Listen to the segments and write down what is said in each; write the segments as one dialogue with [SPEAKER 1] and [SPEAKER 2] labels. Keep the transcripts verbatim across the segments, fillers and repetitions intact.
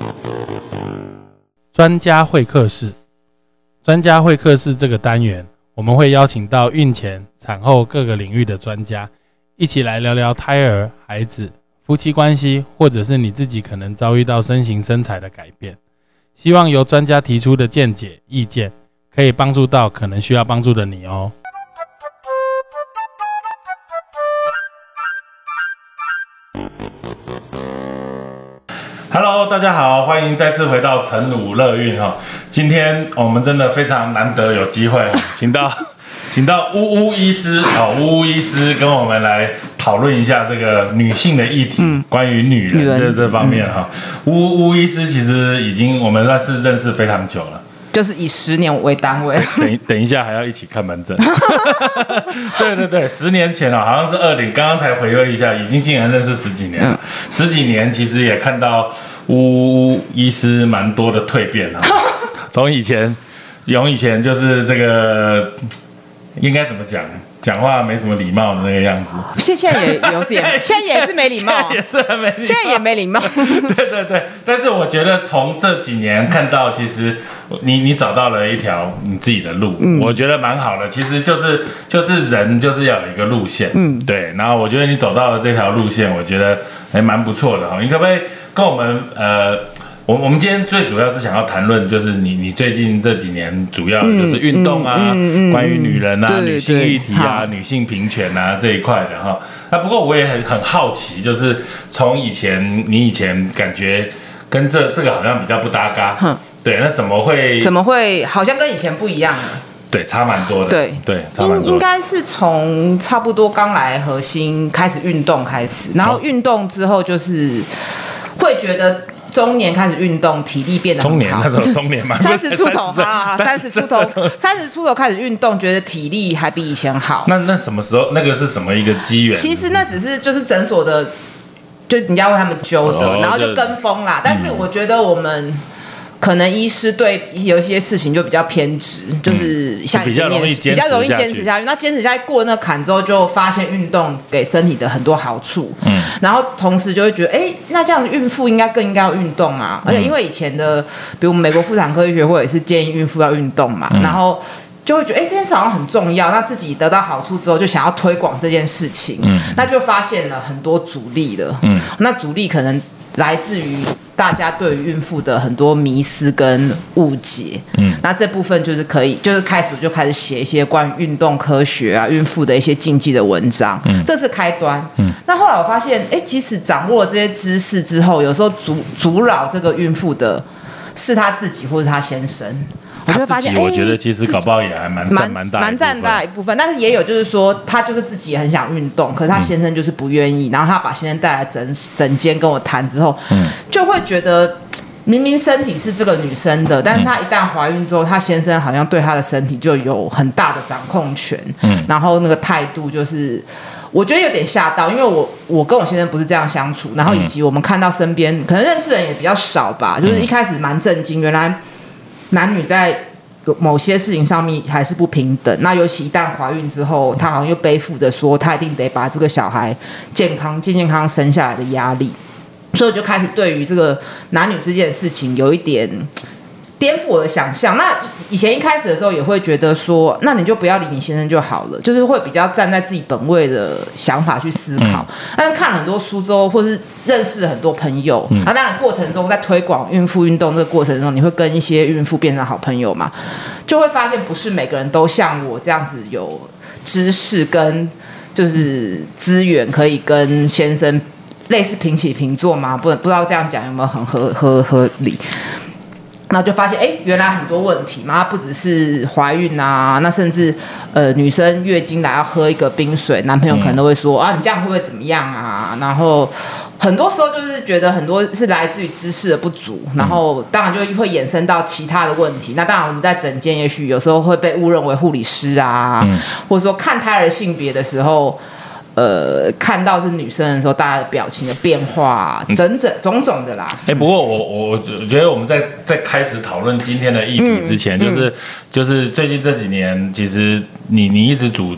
[SPEAKER 1] 专家会客室，专家会客室这个单元，我们会邀请到孕前、产后各个领域的专家，一起来聊聊胎儿、孩子、夫妻关系，或者是你自己可能遭遇到身形身材的改变。希望由专家提出的见解、意见，可以帮助到可能需要帮助的你哦。Hello， 大家好，欢迎再次回到成鲁乐运哈。今天我们真的非常难得有机会，请到请到呜呜医师哦，呜呜医师跟我们来讨论一下这个女性的议题，嗯、关于女人这这方面哈。呜呜呜医师其实已经我们算是认识非常久了。
[SPEAKER 2] 就是以十年为单位，
[SPEAKER 1] 等等一下还要一起看门诊。对对对，十年前哦，好像是二零，刚刚才回味一下，已经竟然认识十几年了。嗯、十几年其实也看到呜呜医师蛮多的蜕变啊，从以前，从以前就是这个应该怎么讲？讲话没什么礼貌的那个样子，
[SPEAKER 2] 现现在也有点，现在也是没礼貌，
[SPEAKER 1] 也是很没礼貌，
[SPEAKER 2] 现在也没礼貌。
[SPEAKER 1] 对对对，但是我觉得从这几年看到，其实你你找到了一条你自己的路，嗯、我觉得蛮好的。其实就是就是人就是要有一个路线，嗯，对。然后我觉得你走到了这条路线，我觉得还蛮不错的哈。你可不可以跟我们呃？我我们今天最主要是想要谈论，就是你你最近这几年主要就是运动啊，嗯嗯嗯、关于女人啊、对对对女性议题啊、女性平权啊这一块的哈。那不过我也很很好奇，就是从以前你以前感觉跟这这个好像比较不搭嘎，嗯、对，那怎么会
[SPEAKER 2] 怎么会好像跟以前不一样呢？
[SPEAKER 1] 对，差蛮多的。对
[SPEAKER 2] 对，
[SPEAKER 1] 差蛮多的。
[SPEAKER 2] 应该是从差不多刚来核心开始运动开始，然后运动之后就是会觉得。中年开始运动，体力变得很好。
[SPEAKER 1] 中年那时候中年嘛，
[SPEAKER 2] 三十出头，好好好，三十出头，三十出头开始运动，觉得体力还比以前好。
[SPEAKER 1] 那那什么时候？那个是什么一个机缘？
[SPEAKER 2] 其实那只是就是诊所的，就人家为他们揪的，哦、然后就跟风啦。但是我觉得我们。可能医师对有一些事情就比较偏执，就是像
[SPEAKER 1] 比较容易
[SPEAKER 2] 比较容易坚持下去。那坚持下去过那坎之后，就发现运动给身体的很多好处。嗯，然后同时就会觉得，哎、欸，那这样孕妇应该更应该要运动啊。而且因为以前的，比如美国妇产科医学会也是建议孕妇要运动嘛，嗯、然后就会觉得，哎、欸，这件事好像很重要。那自己得到好处之后，就想要推广这件事情。嗯，那就发现了很多阻力了。嗯，那阻力可能来自于。大家对于孕妇的很多迷思跟误解，嗯，那这部分就是可以，就是开始我就开始写一些关于运动科学啊、孕妇的一些禁忌的文章，嗯，这是开端，嗯，那后来我发现，哎，即使掌握这些知识之后，有时候阻阻扰这个孕妇的是她自己或者她先生。我就会发现，
[SPEAKER 1] 我觉得其实搞不好也还蛮蛮蛮大
[SPEAKER 2] 蛮占大一部分，但是也有就是说，他就是自己也很想运动，可是他先生就是不愿意，嗯、然后他把先生带来诊诊间跟我谈之后，嗯、就会觉得明明身体是这个女生的，但是她一旦怀孕之后，她先生好像对她的身体就有很大的掌控权，嗯、然后那个态度就是。我觉得有点吓到，因为我我跟我先生不是这样相处，然后以及我们看到身边可能认识的人也比较少吧，就是一开始蛮震惊，原来男女在某些事情上面还是不平等。那尤其一旦怀孕之后，她好像又背负着说她一定得把这个小孩健康健健康康生下来的压力，所以我就开始对于这个男女之间的事情有一点。颠覆我的想象。那以前一开始的时候也会觉得说，那你就不要理你先生就好了，就是会比较站在自己本位的想法去思考。嗯、但是看了很多书之后，或是认识了很多朋友，嗯、啊，当然过程中在推广孕妇运动这个过程中，你会跟一些孕妇变成好朋友嘛，就会发现不是每个人都像我这样子有知识跟就是资源可以跟先生类似平起平坐吗？不不知道这样讲有没有很合合合理？然后就发现，哎，原来很多问题嘛，不只是怀孕啊，那甚至呃女生月经来要喝一个冰水，男朋友可能都会说、嗯、啊，你这样会不会怎么样啊？然后很多时候就是觉得很多是来自于知识的不足，然后当然就会衍生到其他的问题。那当然我们在诊间也许有时候会被误认为护理师啊，嗯、或者说看胎儿性别的时候。呃，看到是女生的时候，大家的表情的变化，整整种种的啦。哎、
[SPEAKER 1] 欸，不过我我我觉得我们在在开始讨论今天的议题之前，嗯、就是、嗯、就是最近这几年，其实你你一直主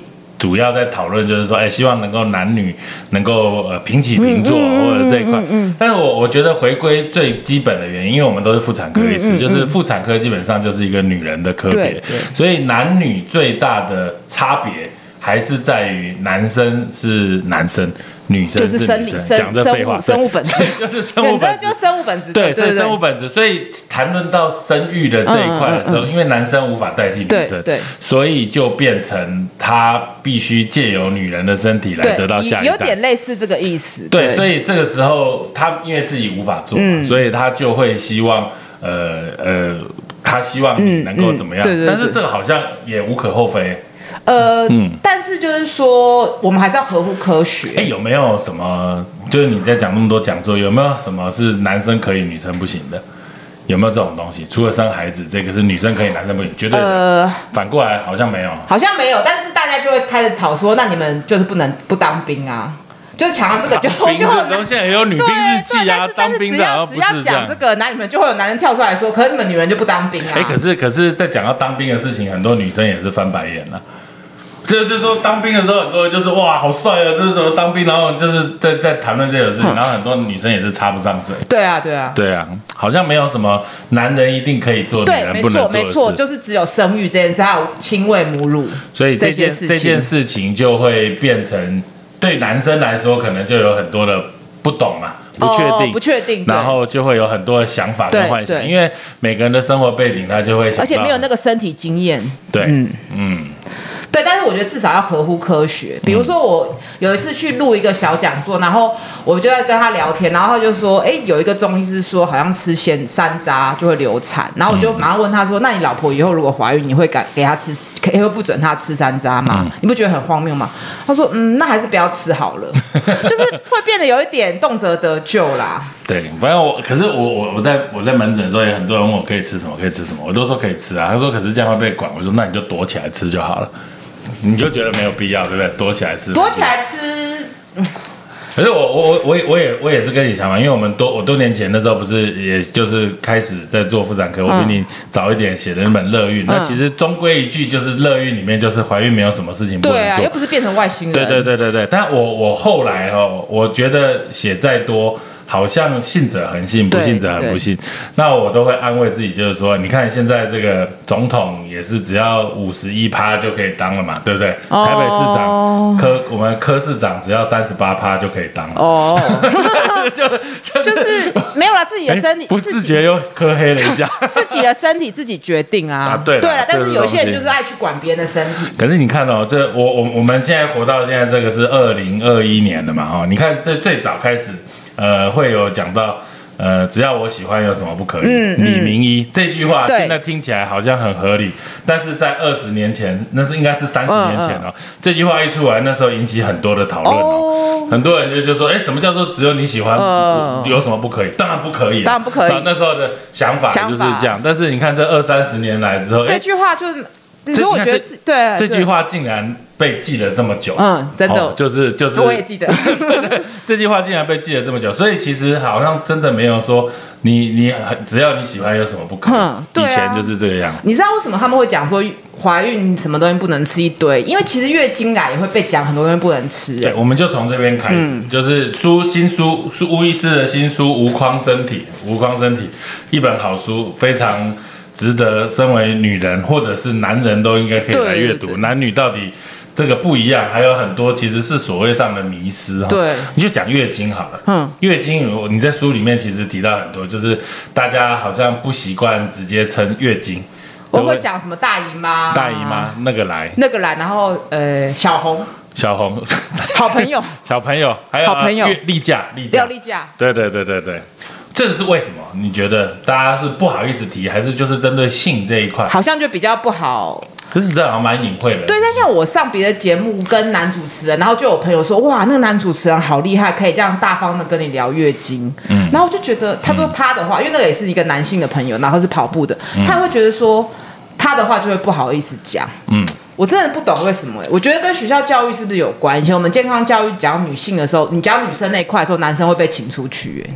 [SPEAKER 1] 主要在讨论就是说，哎，希望能够男女能够呃平起平坐、嗯、或者这一块。嗯嗯嗯、但是我我觉得回归最基本的原因，因为我们都是妇产科医师，嗯嗯嗯、就是妇产科基本上就是一个女人的科别，所以男女最大的差别还是在于男生是男生。女生是女生，讲这废话，
[SPEAKER 2] 生物本质
[SPEAKER 1] 就是生物本质，
[SPEAKER 2] 就是生物本质。
[SPEAKER 1] 对，所以生物本质。所以谈论到生育的这一块的时候，嗯嗯嗯、因为男生无法代替女生，对，所以就变成他必须借由女人的身体来得到下一代，
[SPEAKER 2] 有点类似这个意思。
[SPEAKER 1] 对，所以这个时候他因为自己无法做嘛，嗯、所以他就会希望，呃呃，他希望你能够怎么样？嗯嗯、对对对，但是这个好像也无可厚非。
[SPEAKER 2] 呃，嗯、但是就是说，我们还是要合乎科学。
[SPEAKER 1] 哎，有没有什么？就是你在讲那么多讲座，有没有什么是男生可以、女生不行的？有没有这种东西？除了生孩子，这个是女生可以，男生不行，绝对的。呃，反过来好像没有，
[SPEAKER 2] 好像没有。但是大家就会开始吵说，那你们就是不能不当兵啊？就是强调这个就就
[SPEAKER 1] 很东西也有女兵日记啊，当兵的
[SPEAKER 2] 只要讲这个，那你们就会有男人跳出来说，可是你们女人就不当兵啊？
[SPEAKER 1] 哎，可是可是，在讲到当兵的事情，很多女生也是翻白眼了。就是说当兵的时候，很多人就是哇，好帅啊！这是怎么当兵？然后就是在在谈论这个事情，然后很多女生也是插不上嘴。
[SPEAKER 2] 对啊，对啊，
[SPEAKER 1] 对啊，好像没有什么男人一定可以做，女人不能做的事。
[SPEAKER 2] 没错，就是只有生育这件事，还有亲喂母乳，
[SPEAKER 1] 所以这件这件事情就会变成对男生来说，可能就有很多的不懂嘛。不确定，哦、
[SPEAKER 2] 不确定，
[SPEAKER 1] 然后就会有很多的想法跟幻想，因为每个人的生活背景，他就会想到，
[SPEAKER 2] 而且没有那个身体经验。
[SPEAKER 1] 对，嗯嗯。
[SPEAKER 2] 对，但是我觉得至少要合乎科学。比如说，我有一次去录一个小讲座，然后我就在跟他聊天，然后他就说：“哎，有一个中医师说，好像吃鲜山楂就会流产。”然后我就马上问他说：“那你老婆以后如果怀孕，你会给给她吃，可以会不准她吃山楂吗？嗯、你不觉得很荒谬吗？”他说：“嗯，那还是不要吃好了。”就是会变得有一点动辄得咎啦。
[SPEAKER 1] 对，反正我，可是我我我在我在门诊的时候，也很多人问我可以吃什么，可以吃什么，我都说可以吃啊。他说：“可是这样会被管。”我说：“那你就躲起来吃就好了。”你就觉得没有必要，对不对？躲起来吃，
[SPEAKER 2] 躲起来吃。
[SPEAKER 1] 可是我我我也我也我也是跟你想嘛，因为我们多我多年前那时候不是也就是开始在做妇产科，嗯、我比你早一点写的那本《乐孕》，嗯，那其实终归一句就是《乐孕》里面就是怀孕没有什么事情不能做，对
[SPEAKER 2] 啊，又不是变成外星人。
[SPEAKER 1] 对对对对对，但我我后来哦，我觉得写再多。好像信者恒信，不信者恒不信。那我都会安慰自己，就是说，你看现在这个总统也是只要五十一趴就可以当了嘛，对不对？哦、台北市长柯我们柯市长只要三十八趴就可以当了。哦，就
[SPEAKER 2] 就、就是没有了自己的身体，
[SPEAKER 1] 不自觉又柯黑了一下，
[SPEAKER 2] 自己的身体自己决定啊。啊对对了，但是有些人就是爱去管别人的身体。
[SPEAKER 1] 可是你看哦，这我我我们现在活到现在这个是二零二一年了嘛，哦，你看这最早开始。呃，会有讲到，呃，只要我喜欢，有什么不可以？嗯嗯、李明一这句话现在听起来好像很合理，但是在二十年前，那是应该是三十年前哦。嗯嗯、这句话一出来，那时候引起很多的讨论哦，哦很多人就就说，哎，什么叫做只有你喜欢，嗯、有什么不可以？当然不可以，
[SPEAKER 2] 当然不可以。
[SPEAKER 1] 那时候的想法就是这样，但是你看这二三十年来之后，
[SPEAKER 2] 这句话就。所以我觉得对
[SPEAKER 1] 这句话竟然被记了这么久，
[SPEAKER 2] 嗯，真的，
[SPEAKER 1] 哦、就是就是，
[SPEAKER 2] 我也记得，
[SPEAKER 1] 对对，这句话竟然被记了这么久，所以其实好像真的没有说你你只要你喜欢有什么不可以，嗯对啊、以前就是这个样。
[SPEAKER 2] 你知道为什么他们会讲说怀孕什么东西不能吃一堆？因为其实月经来也会被讲很多东西不能吃。
[SPEAKER 1] 对，我们就从这边开始，嗯、就是书新书，是吴医师的新书《无框身体》，无框身体一本好书，非常。值得身为女人或者是男人都应该可以来阅读，对对对男女到底这个不一样，还有很多其实是所谓上的迷思。
[SPEAKER 2] 对，
[SPEAKER 1] 你就讲月经好了。嗯，月经你在书里面其实提到很多，就是大家好像不习惯直接称月经。
[SPEAKER 2] 我会讲什么大姨妈？
[SPEAKER 1] 大姨妈那个来，
[SPEAKER 2] 那个来，然后呃小红，
[SPEAKER 1] 小红，
[SPEAKER 2] 好朋友，
[SPEAKER 1] 小朋友，还有
[SPEAKER 2] 好朋友，
[SPEAKER 1] 例假，例假，
[SPEAKER 2] 例假。
[SPEAKER 1] 对对对对对。这是为什么？你觉得大家是不好意思提，还是就是针对性这一块？
[SPEAKER 2] 好像就比较不好。
[SPEAKER 1] 可是这好像蛮隐晦的。
[SPEAKER 2] 对，但像我上别的节目跟男主持人，然后就有朋友说，哇，那个男主持人好厉害，可以这样大方的跟你聊月经。嗯。然后我就觉得，他说他的话，因为那个也是一个男性的朋友，然后是跑步的，嗯、他会觉得说他的话就会不好意思讲。嗯。我真的不懂为什么、欸，我觉得跟学校教育是不是有关？以前我们健康教育讲女性的时候，你讲女生那一块的时候，男生会被请出去、欸。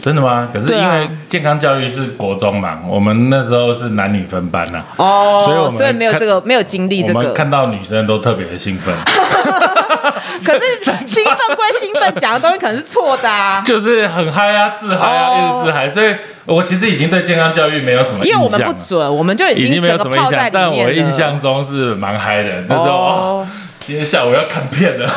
[SPEAKER 1] 真的吗？可是因为健康教育是国中嘛，我们那时候是男女分班啊，
[SPEAKER 2] 哦，
[SPEAKER 1] 所以我们
[SPEAKER 2] 所以没有这个没有经历这个。
[SPEAKER 1] 我们看到女生都特别的兴奋。
[SPEAKER 2] 可是兴奋归兴奋，讲的东西可能是错的啊。
[SPEAKER 1] 就是很嗨啊，自嗨啊，哦、一直自嗨，所以我其实已经对健康教育没有什么印象了，
[SPEAKER 2] 因为我们不准，我们就已经整个泡在里面了。
[SPEAKER 1] 但我印象中是蛮嗨的，那时候哦，今天下午要看片了。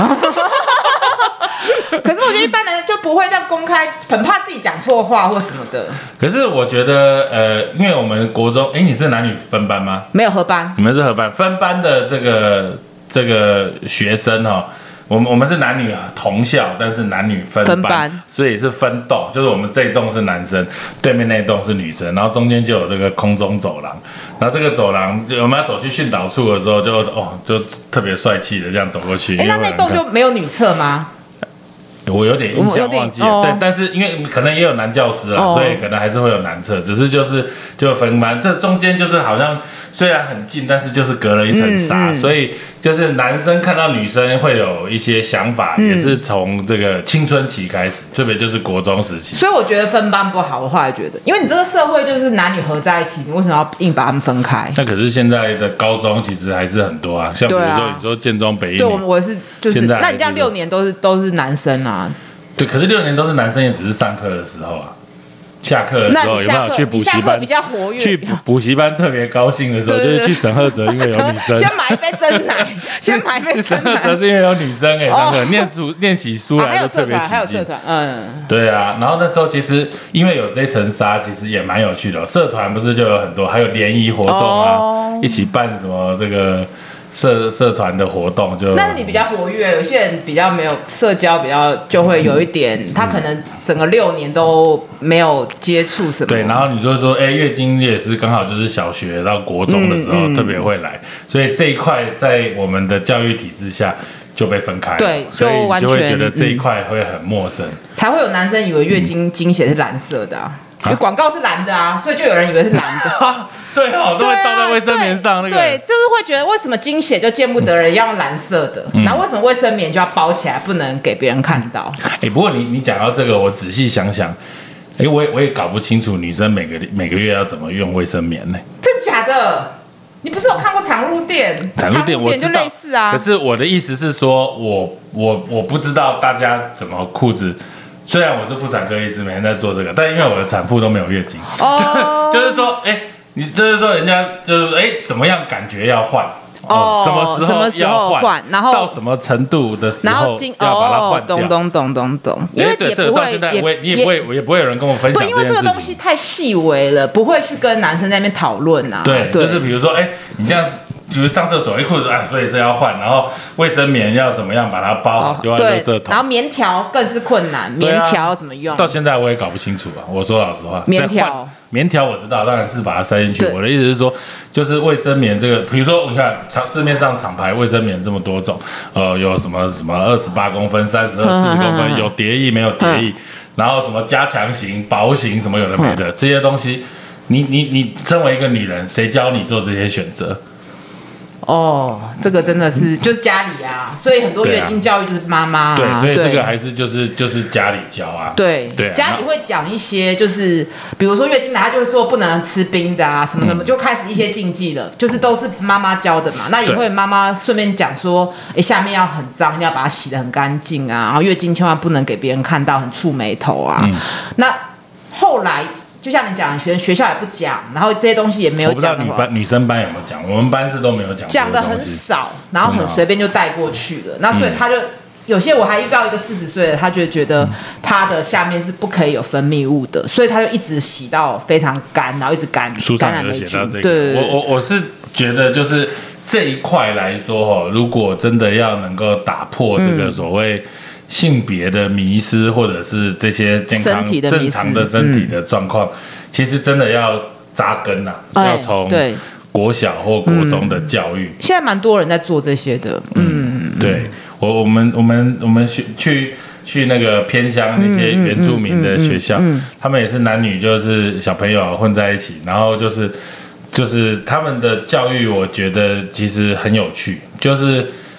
[SPEAKER 2] 可是我觉得一般人就不会这样公开，很怕自己讲错话或什么的。
[SPEAKER 1] 可是我觉得，呃，因为我们国中，哎，你是男女分班吗？
[SPEAKER 2] 没有合班，
[SPEAKER 1] 你们是合班。分班的这个这个学生哦，我们我们是男女同校，但是男女分班，
[SPEAKER 2] 分班
[SPEAKER 1] 所以是分栋，就是我们这一栋是男生，对面那一栋是女生，然后中间就有这个空中走廊，然后这个走廊我们要走去训导处的时候就，哦就特别帅气的这样走过去。
[SPEAKER 2] 哎，那那栋就没有女厕吗？
[SPEAKER 1] 我有点印象忘记了，对、哦，但是因为可能也有男教师啦、哦，所以可能还是会有男厕，只是就是就分班，这中间就是好像虽然很近，但是就是隔了一层纱、嗯嗯，所以就是男生看到女生会有一些想法，嗯、也是从这个青春期开始，特别就是国中时期。
[SPEAKER 2] 所以我觉得分班不好，我后来觉得，因为你这个社会就是男女合在一起，你为什么要硬把他们分开？
[SPEAKER 1] 那可是现在的高中其实还是很多啊，像比如说你说建中北一女，
[SPEAKER 2] 对，我是就是，那你这样六年都是都是男生啊。
[SPEAKER 1] 对，可是六年都是男生，也只是上课的时候啊，下课的时候有没有去补习班？
[SPEAKER 2] 比较活跃。
[SPEAKER 1] 去补习班特别高兴的时候，就是去整赫哲，因为有女生。
[SPEAKER 2] 先买一杯真奶，先买一杯真奶。
[SPEAKER 1] 整赫哲是因为有女生哎，上课念书念起书来就特别起劲。
[SPEAKER 2] 还有社团，嗯，
[SPEAKER 1] 对啊。然后那时候其实因为有这层纱，其实也蛮有趣的。社团不是就有很多，还有联谊活动啊，一起办什么这个。社社团的活动就，
[SPEAKER 2] 那你比较活跃，有些人比较没有社交，比较就会有一点，嗯、他可能整个六年都没有接触什么。
[SPEAKER 1] 对，然后你就说，哎、欸，月经也是刚好就是小学到国中的时候、嗯嗯、特别会来，所以这一块在我们的教育体制下就被分开了，
[SPEAKER 2] 对，
[SPEAKER 1] 所以你就会觉得这一块会很陌生、嗯，
[SPEAKER 2] 才会有男生以为月经经血是蓝色的啊，因为广告是蓝的啊，所以就有人以为是蓝的。
[SPEAKER 1] 对哦，都会倒在卫生棉上那个。
[SPEAKER 2] 对，就是会觉得为什么经血就见不得人，要用蓝色的，嗯、然后为什么卫生棉就要包起来，不能给别人看到？
[SPEAKER 1] 哎、欸，不过你你讲到这个，我仔细想想，哎、欸，我也我也搞不清楚女生每个每个月要怎么用卫生棉呢？
[SPEAKER 2] 真假的？你不是有看过长入店？
[SPEAKER 1] 长入店我知道，
[SPEAKER 2] 就类似啊。
[SPEAKER 1] 可是我的意思是说，我我我不知道大家怎么裤子。虽然我是妇产科医师，每天在做这个，但因为我的产妇都没有月经，哦、就是说，哎、欸。你就是说，人家就是哎，怎么样感觉要换？哦，什么时候要换？
[SPEAKER 2] 然后
[SPEAKER 1] 到什么程度的时候要把它换掉？
[SPEAKER 2] 懂懂懂懂懂。因为也不会，
[SPEAKER 1] 也我也不会，也不会有人跟我分享这件事情。
[SPEAKER 2] 因为这个东西太细微了，不会去跟男生在那边讨论啊。
[SPEAKER 1] 对，就是比如说，哎，你这样。比如上厕所，一裤子啊，所以这要换，然后卫生棉要怎么样把它包好，丢在垃圾桶。
[SPEAKER 2] 然后棉条更是困难，棉条怎么用？
[SPEAKER 1] 到现在我也搞不清楚啊。我说老实话，
[SPEAKER 2] 棉条，
[SPEAKER 1] 棉条我知道，当然是把它塞进去。我的意思是说，就是卫生棉这个，比如说你看厂市面上厂牌卫生棉这么多种，呃，有什么什么二十八公分、三十二、四十公分，有叠翼没有叠翼，然后什么加强型、薄型什么有的没的这些东西，你你你身为一个女人，谁教你做这些选择？
[SPEAKER 2] 哦，这个真的是就是家里啊，所以很多月经教育就是妈妈、啊。
[SPEAKER 1] 对，所以这个还是就是就是家里教啊。
[SPEAKER 2] 对
[SPEAKER 1] 对，
[SPEAKER 2] 家里会讲一些，就是比如说月经来，他就会说不能吃冰的啊，什么什么，就开始一些禁忌了，就是都是妈妈教的嘛。那也会妈妈顺便讲说，哎，下面要很脏，要把它洗得很干净啊，然后月经千万不能给别人看到，很触眉头啊。嗯、那后来。就像你讲的，学学校也不讲，然后这些东西也没有讲。
[SPEAKER 1] 我不知道女班女生班有没有讲，我们班是都没有讲。
[SPEAKER 2] 讲的很少，然后很随便就带过去了。那所以他就、嗯、有些我还遇到一个四十岁的，他就觉得他的下面是不可以有分泌物的，所以他就一直洗到非常干，然后一直感感染霉菌。
[SPEAKER 1] 这个、对，我我我是觉得就是这一块来说哦，如果真的要能够打破这个所谓。性别的迷思，或者是这些健康正常的身体的状况、嗯，其实真的要扎根呐、啊，要从国小或国中的教育。嗯、
[SPEAKER 2] 现在蛮多人在做这些的，嗯，
[SPEAKER 1] 嗯对我我们我们我们去去去那个偏乡那些原住民的学校、嗯嗯嗯嗯，他们也是男女就是小朋友混在一起，然后就是。就是他们的教育，我觉得其实很有趣，就是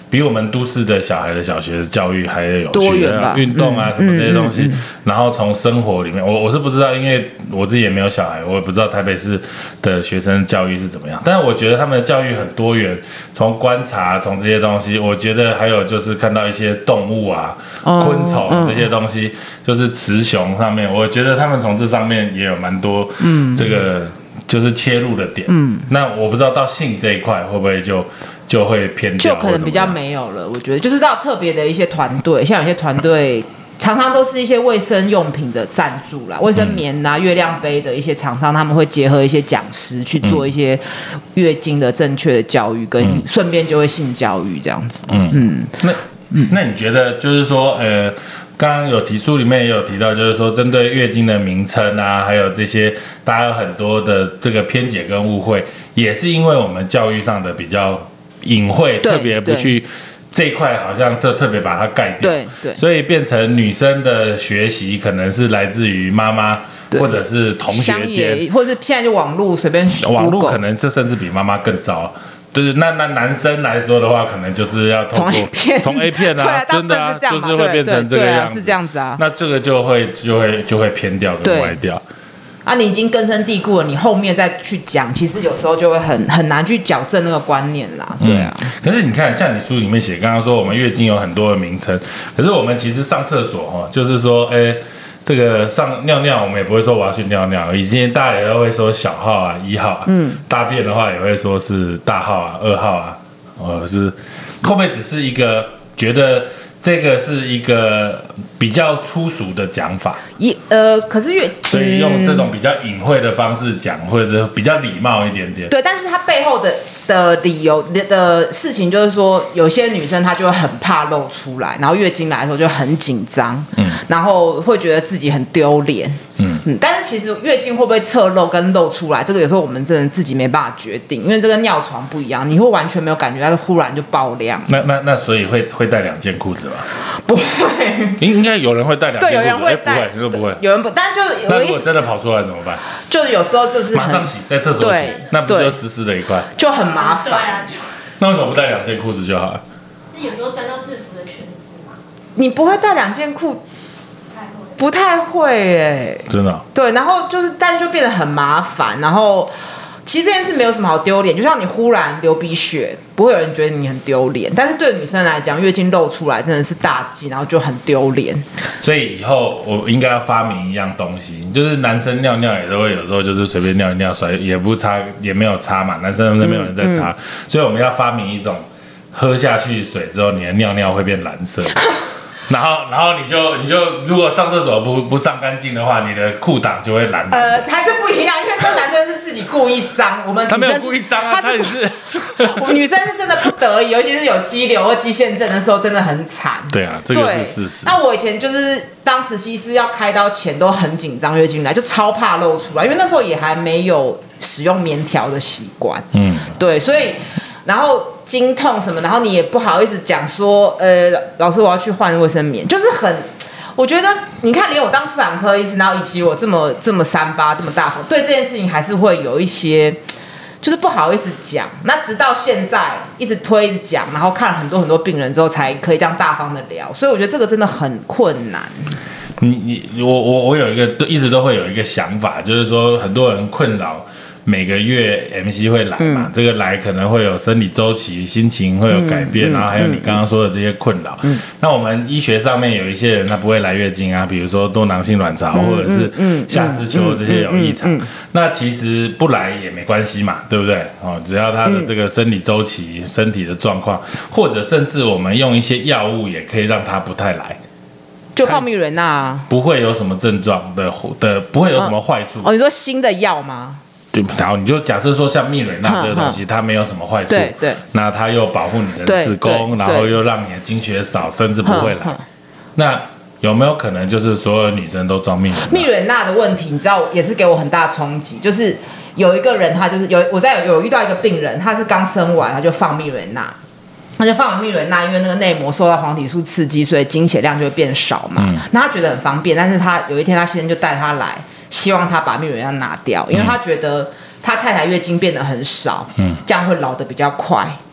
[SPEAKER 1] 比我们都市的小孩的小学教育还有
[SPEAKER 2] 多元吧，
[SPEAKER 1] 运动啊、嗯、什么这些东西，嗯嗯嗯、然后从生活里面，我我是不知道，因为我自己也没有小孩，我也不知道台北市的学生教育是怎么样。但是我觉得他们的教育很多元，从观察，从这些东西，我觉得还有就是看到一些动物啊、哦、昆虫这些东西，嗯、就是雌雄上面，我觉得他们从这上面也有蛮多这个。嗯就是切入的点，嗯，那我不知道到性这一块会不会就就会偏掉，
[SPEAKER 2] 就可能比较没有了。我觉得就是到特别的一些团队，像有些团队常常都是一些卫生用品的赞助啦，卫生棉啊、嗯、月亮杯的一些厂商，他们会结合一些讲师去做一些月经的正确的教育，跟顺便就会性教育这样子。嗯嗯，
[SPEAKER 1] 那那你觉得就是说，呃？刚刚有提书里面也有提到，就是说针对月经的名称啊，还有这些大家有很多的这个偏解跟误会，也是因为我们教育上的比较隐晦，特别不去这一块，好像特特别把它盖掉，
[SPEAKER 2] 对对，
[SPEAKER 1] 所以变成女生的学习可能是来自于妈妈或者是同学间，
[SPEAKER 2] 或者是现在就网络随便
[SPEAKER 1] 网络可能这甚至比妈妈更糟。就是那那男生来说的话，可能就是要透过
[SPEAKER 2] 从 A 片，
[SPEAKER 1] 从 A 片啊，真的啊，就是会变成这个样子，
[SPEAKER 2] 是这样子啊。
[SPEAKER 1] 那这个就会就会就会偏掉跟歪掉。
[SPEAKER 2] 啊，你已经根深蒂固了，你后面再去讲，其实有时候就会很很难去矫正那个观念啦。对啊、
[SPEAKER 1] 嗯。可是你看，像你书里面写，刚刚说我们月经有很多的名称，可是我们其实上厕所哈，就是说，哎、欸。这个上尿尿，我们也不会说我要去尿尿，以前大家也都会说小号啊、一号啊，嗯，大便的话也会说是大号啊、二号啊，或者是会不会只是一个觉得这个是一个比较粗俗的讲法？
[SPEAKER 2] 一呃，可是越
[SPEAKER 1] 所以用这种比较隐晦的方式讲，或者是比较礼貌一点点。
[SPEAKER 2] 对，但是它背后的。的理由 的, 的事情就是说，有些女生她就会很怕露出来，然后月经来的时候就很紧张，嗯，然后会觉得自己很丢脸，嗯嗯。但是其实月经会不会侧漏跟露出来，这个有时候我们真的自己没办法决定，因为这跟尿床不一样，你会完全没有感觉，但是忽然就爆量。
[SPEAKER 1] 那那那所以会会带两件裤子吗？
[SPEAKER 2] 不会，
[SPEAKER 1] 应应该有人会带两件裤子，
[SPEAKER 2] 对，有人会带，
[SPEAKER 1] 欸、不会，不会，
[SPEAKER 2] 有人不，但就是
[SPEAKER 1] 那如果真的跑出来怎么办？
[SPEAKER 2] 就是有时候就是
[SPEAKER 1] 马上洗，在厕所洗，那不就湿湿的一块，
[SPEAKER 2] 就很麻烦。
[SPEAKER 1] 那为什么不带两件裤子就好了？
[SPEAKER 3] 是有时候沾到制服的裙子嘛。
[SPEAKER 2] 你不会带两件裤？不太会哎、欸，
[SPEAKER 1] 真的、哦。
[SPEAKER 2] 对，然后就是，但就变得很麻烦。然后其实这件事没有什么好丢脸，就像你忽然流鼻血，不会有人觉得你很丢脸。但是对女生来讲，月经露出来真的是大忌，然后就很丢脸。
[SPEAKER 1] 所以以后我应该要发明一样东西，就是男生尿尿也都会有时候就是随便尿一尿，甩也不擦，也没有擦嘛，男生那边没有人在擦、嗯嗯，所以我们要发明一种喝下去水之后，你的尿尿会变蓝色。然后，然后你就你就如果上厕所不不上干净的话，你的裤裆就会蓝。
[SPEAKER 2] 呃，还是不一样，因为那男生是自己故意脏，我们女生
[SPEAKER 1] 他没有故意脏啊，他也是。
[SPEAKER 2] 女生是真的不得已，尤其是有肌瘤或肌腺症的时候，真的很惨。
[SPEAKER 1] 对啊，这个是事实。
[SPEAKER 2] 那我以前就是当实习师要开刀前都很紧张，月经来就超怕露出来，因为那时候也还没有使用棉条的习惯。嗯，对，所以。然后经痛什么，然后你也不好意思讲说，呃，老师我要去换卫生棉，就是很，我觉得你看，连我当妇产科医师，然后以及我这么这么三八这么大方，对这件事情还是会有一些，就是不好意思讲。那直到现在一直推一直讲，然后看了很多很多病人之后，才可以这样大方的聊。所以我觉得这个真的很困难。
[SPEAKER 1] 你你我我我有一个一直都会有一个想法，就是说很多人困扰。每个月 M C 会来嘛、嗯，这个来可能会有生理周期、心情会有改变，嗯、然后还有你刚刚说的这些困扰、嗯。那我们医学上面有一些人他不会来月经啊，比如说多囊性卵巢、嗯、或者是下视丘这些有异常、嗯嗯嗯嗯，那其实不来也没关系嘛，对不对？哦，只要他的这个生理周期、身体的状况，或者甚至我们用一些药物也可以让他不太来。
[SPEAKER 2] 就泡蜜蕊钠，
[SPEAKER 1] 不会有什么症状的的，不会有什么坏处。
[SPEAKER 2] 哦，你说新的药吗？
[SPEAKER 1] 对，然后你就假设说像蜜蕊钠这个东西，它没有什么坏处，
[SPEAKER 2] 对对，
[SPEAKER 1] 那它又保护你的子宫，然后又让你的经血少，甚至不会来。那有没有可能就是所有女生都装蜜蕊钠？
[SPEAKER 2] 蜜蕊钠的问题，你知道也是给我很大冲击，就是有一个人他就是有我在有有遇到一个病人，他是刚生完他就放蜜蕊钠。他就放了蜜蕊钠，因为那个内膜受到黄体素刺激，所以经血量就会变少嘛。嗯、那他觉得很方便，但是他有一天他先生就带他来，希望他把蜜蕊钠拿掉，因为他觉得他太太月经变得很少，嗯，这样会老得比较快。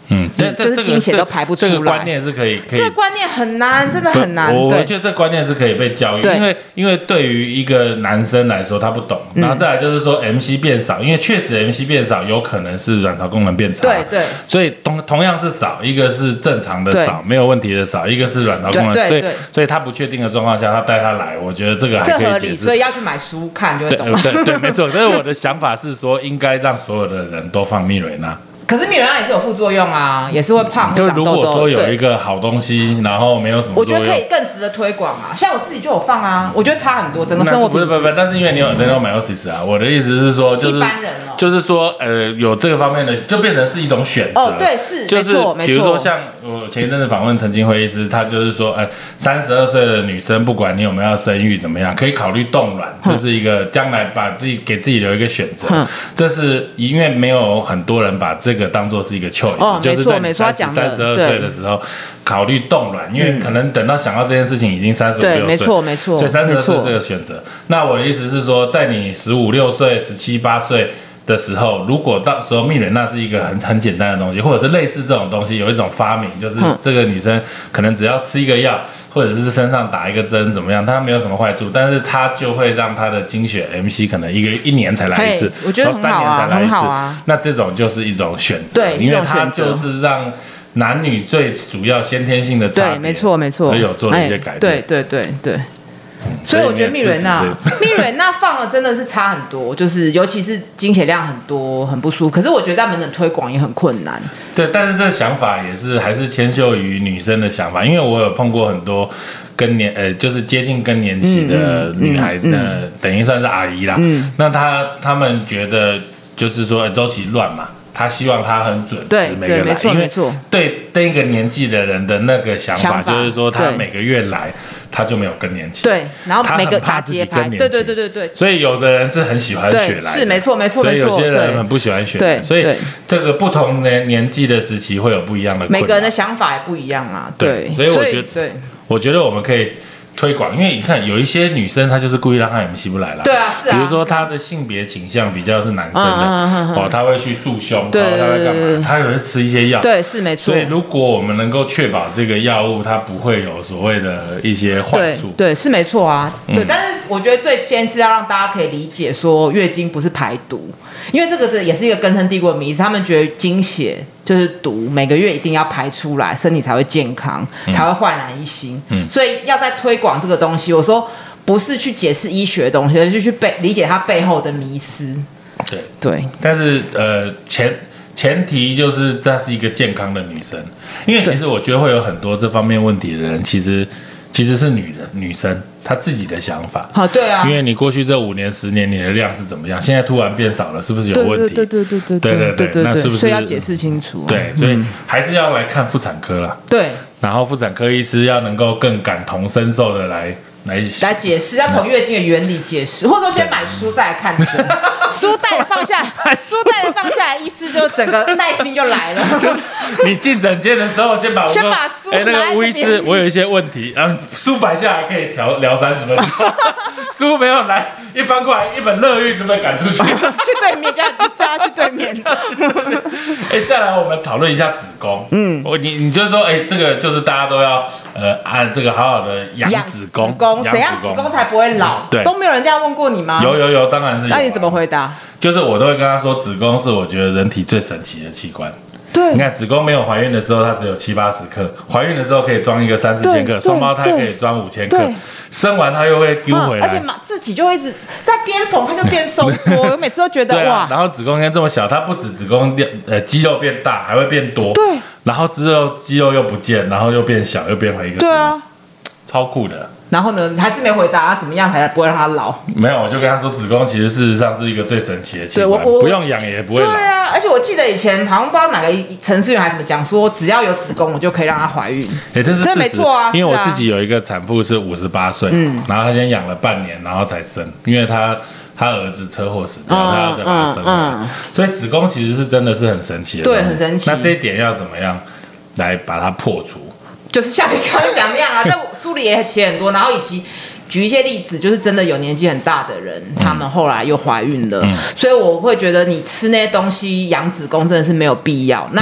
[SPEAKER 1] 嗯，但
[SPEAKER 2] 就是经血都排不出来。
[SPEAKER 1] 这个观念是可以，可以
[SPEAKER 2] 这个观念很难，真的很难。
[SPEAKER 1] 我我觉得这个观念是可以被教育，因为因为对于一个男生来说他不懂，然后再来就是说 M C 变少，因为确实 M C 变少有可能是卵巢功能变差，
[SPEAKER 2] 对对，
[SPEAKER 1] 所以同同样是少，一个是正常的少，没有问题的少，一个是卵巢功能，所以所以他不确定的状况下，他带他来，我觉得这个还可以解释，
[SPEAKER 2] 这合理，所以要去买书看就会懂。
[SPEAKER 1] 对对对，没错。但是我的想法是说，应该让所有的人都放蜜蕊钠。
[SPEAKER 2] 可是蜜蕊钠也是有副作用啊，也是会胖，会
[SPEAKER 1] 就如
[SPEAKER 2] 长痘痘。
[SPEAKER 1] 果说有一个好东西，然后没有什么作用，
[SPEAKER 2] 我觉得可以更值得推广啊。像我自己就有放啊，我觉得差很多，整个生活品质。
[SPEAKER 1] 不是不是，但是因为你有人有买 Oasis 啊，我的意思是说，就是
[SPEAKER 2] 一般人哦，
[SPEAKER 1] 就是说呃有这个方面的，就变成是一种选择。
[SPEAKER 2] 哦，对，是，
[SPEAKER 1] 就是比如说像我前一阵子访问陈金辉医师，他就是说，呃，三十二岁的女生，不管你有没有要生育怎么样，可以考虑冻卵，这是一个将来把自己给自己留一个选择。这是因为没有很多人把这个当做是一个choice，
[SPEAKER 2] 哦，
[SPEAKER 1] 就是在你三
[SPEAKER 2] 三
[SPEAKER 1] 十二岁的时候考虑冻卵，因为可能等到想到这件事情已经三十五六岁，
[SPEAKER 2] 没错没错，
[SPEAKER 1] 所以三十二岁这个选择。那我的意思是说，在你十五六岁、十七八岁的时候，如果到时候蜜蕊钠是一个很很简单的东西，或者是类似这种东西，有一种发明，就是这个女生可能只要吃一个药，或者是身上打一个针怎么样，它没有什么坏处，但是它就会让她的经血 M C 可能一个一年才来一次，
[SPEAKER 2] 我觉得很好啊，很好啊。
[SPEAKER 1] 那这种就是一种选择，
[SPEAKER 2] 对，
[SPEAKER 1] 因为它就是让男女最主要先天性的差别，
[SPEAKER 2] 对，没错没错，
[SPEAKER 1] 而有做了一些改变，
[SPEAKER 2] 对对对对。所以我觉得蜜蕊钠，蜜蕊钠放了真的是差很多，就是尤其是经血量很多，很不舒服。可是我觉得在门诊推广也很困难。
[SPEAKER 1] 对，但是这想法也是还是迁就于女生的想法，因为我有碰过很多更年呃，就是接近更年期的女孩，嗯嗯嗯、呃，等于算是阿姨啦。嗯、那她她们觉得就是说周期乱嘛。他希望他很准时每个来，因为对那个年纪的人的那个想法就是说，他每个月来他就没有更年期，
[SPEAKER 2] 对，然后每个打节拍，对对对对对，
[SPEAKER 1] 所以有的人是很喜欢血来的，
[SPEAKER 2] 是没错没错没错，
[SPEAKER 1] 所以有些人很不喜欢血来，所以这个不同的年纪的时期会有不一样的，
[SPEAKER 2] 每个人的想法也不一样啊，对，
[SPEAKER 1] 所以我觉得，对，我觉得我们可以推广，因为你看有一些女生她就是故意让她 M C 不来了，
[SPEAKER 2] 对啊，是啊，
[SPEAKER 1] 比如说她的性别倾向比较是男生的，哦，她会去束胸，然后她会干嘛？她有会吃一些药，
[SPEAKER 2] 对，是没错。
[SPEAKER 1] 所以如果我们能够确保这个药物它不会有所谓的一些坏处，
[SPEAKER 2] 对，是没错啊，对。但是我觉得最先是要让大家可以理解说月经不是排毒，因为这个也是一个根深蒂固的迷思，他们觉得经血就是毒，每个月一定要排出来，身体才会健康，嗯、才会焕然一新。嗯、所以要在推广这个东西，我说不是去解释医学的东西，而是去背理解它背后的迷思。
[SPEAKER 1] 对
[SPEAKER 2] 对，
[SPEAKER 1] 但是呃前前提就是她是一个健康的女生，因为其实我觉得会有很多这方面问题的人，其实其实是女人女生。他自己的想法，
[SPEAKER 2] 好，对啊，
[SPEAKER 1] 因为你过去这五年、十年，你的量是怎么样？现在突然变少了，是不是有问题？
[SPEAKER 2] 对对对对对对对对，那是不是？所以要解释清楚。
[SPEAKER 1] 对，所以还是要来看妇产科啦。
[SPEAKER 2] 对，
[SPEAKER 1] 然后妇产科医师要能够更感同身受的来来
[SPEAKER 2] 来解释，要从月经的原理解释，或者说先买书再来看诊，书带着放下，书带着放下来，医师就整个耐心就来了。
[SPEAKER 1] 就是你进诊间的时候，先把
[SPEAKER 2] 先把书
[SPEAKER 1] 哎、欸、那个吴医师，我有一些问题，然后书摆下来可以调聊三十分钟，书没有来，一翻过来一本乐运都被赶出去，去
[SPEAKER 2] 对面，叫叫他去对面。
[SPEAKER 1] 哎、欸，再来我们讨论一下子宫，嗯，我你你就是说，哎、欸，这个就是大家都要呃按这个好好的养子宫，
[SPEAKER 2] 子宫怎样子宫才不会老？对，都没有人这样问过你吗？
[SPEAKER 1] 有有有，当然是有、啊。
[SPEAKER 2] 那你怎么回答？
[SPEAKER 1] 就是我都会跟他说，子宫是我觉得人体最神奇的器官。
[SPEAKER 2] 对，
[SPEAKER 1] 你看子宫没有怀孕的时候，它只有七八十克；怀孕的时候可以装一个三四千克，双胞胎可以装五千克。生完它又会丢回来，
[SPEAKER 2] 而且嘛自己就会一直在边缝，它就变收缩。我每次都觉得、啊、哇，
[SPEAKER 1] 然后子宫现在这么小，它不止子宫呃肌肉变大，还会变多。
[SPEAKER 2] 对，
[SPEAKER 1] 然后之后肌肉又不见，然后又变小，又变回一个。
[SPEAKER 2] 对啊，
[SPEAKER 1] 超酷的。
[SPEAKER 2] 然后呢，还是没回答，怎么样才不会让它老？
[SPEAKER 1] 没有，我就跟他说，子宫其实事实上是一个最神奇的器官，不用养也不会老。
[SPEAKER 2] 对啊，而且我记得以前好像不知道哪个程序员还怎么讲，说只要有子宫，我就可以让她怀孕。
[SPEAKER 1] 哎、欸，这是事实，
[SPEAKER 2] 没错啊。
[SPEAKER 1] 因为我自己有一个产妇是五十八岁，嗯，然后她先养了半年，然后才生，因为她她儿子车祸死掉，她要再把他生回来，嗯嗯、所以子宫其实是真的是很神奇的，
[SPEAKER 2] 对，很神奇。
[SPEAKER 1] 那这一点要怎么样来把它破除？
[SPEAKER 2] 就是像你刚刚讲那样啊，在书里也写很多，然后以及举一些例子，就是真的有年纪很大的人，嗯、他们后来又怀孕了，嗯、所以我会觉得你吃那些东西养子宫真的是没有必要。那、嗯、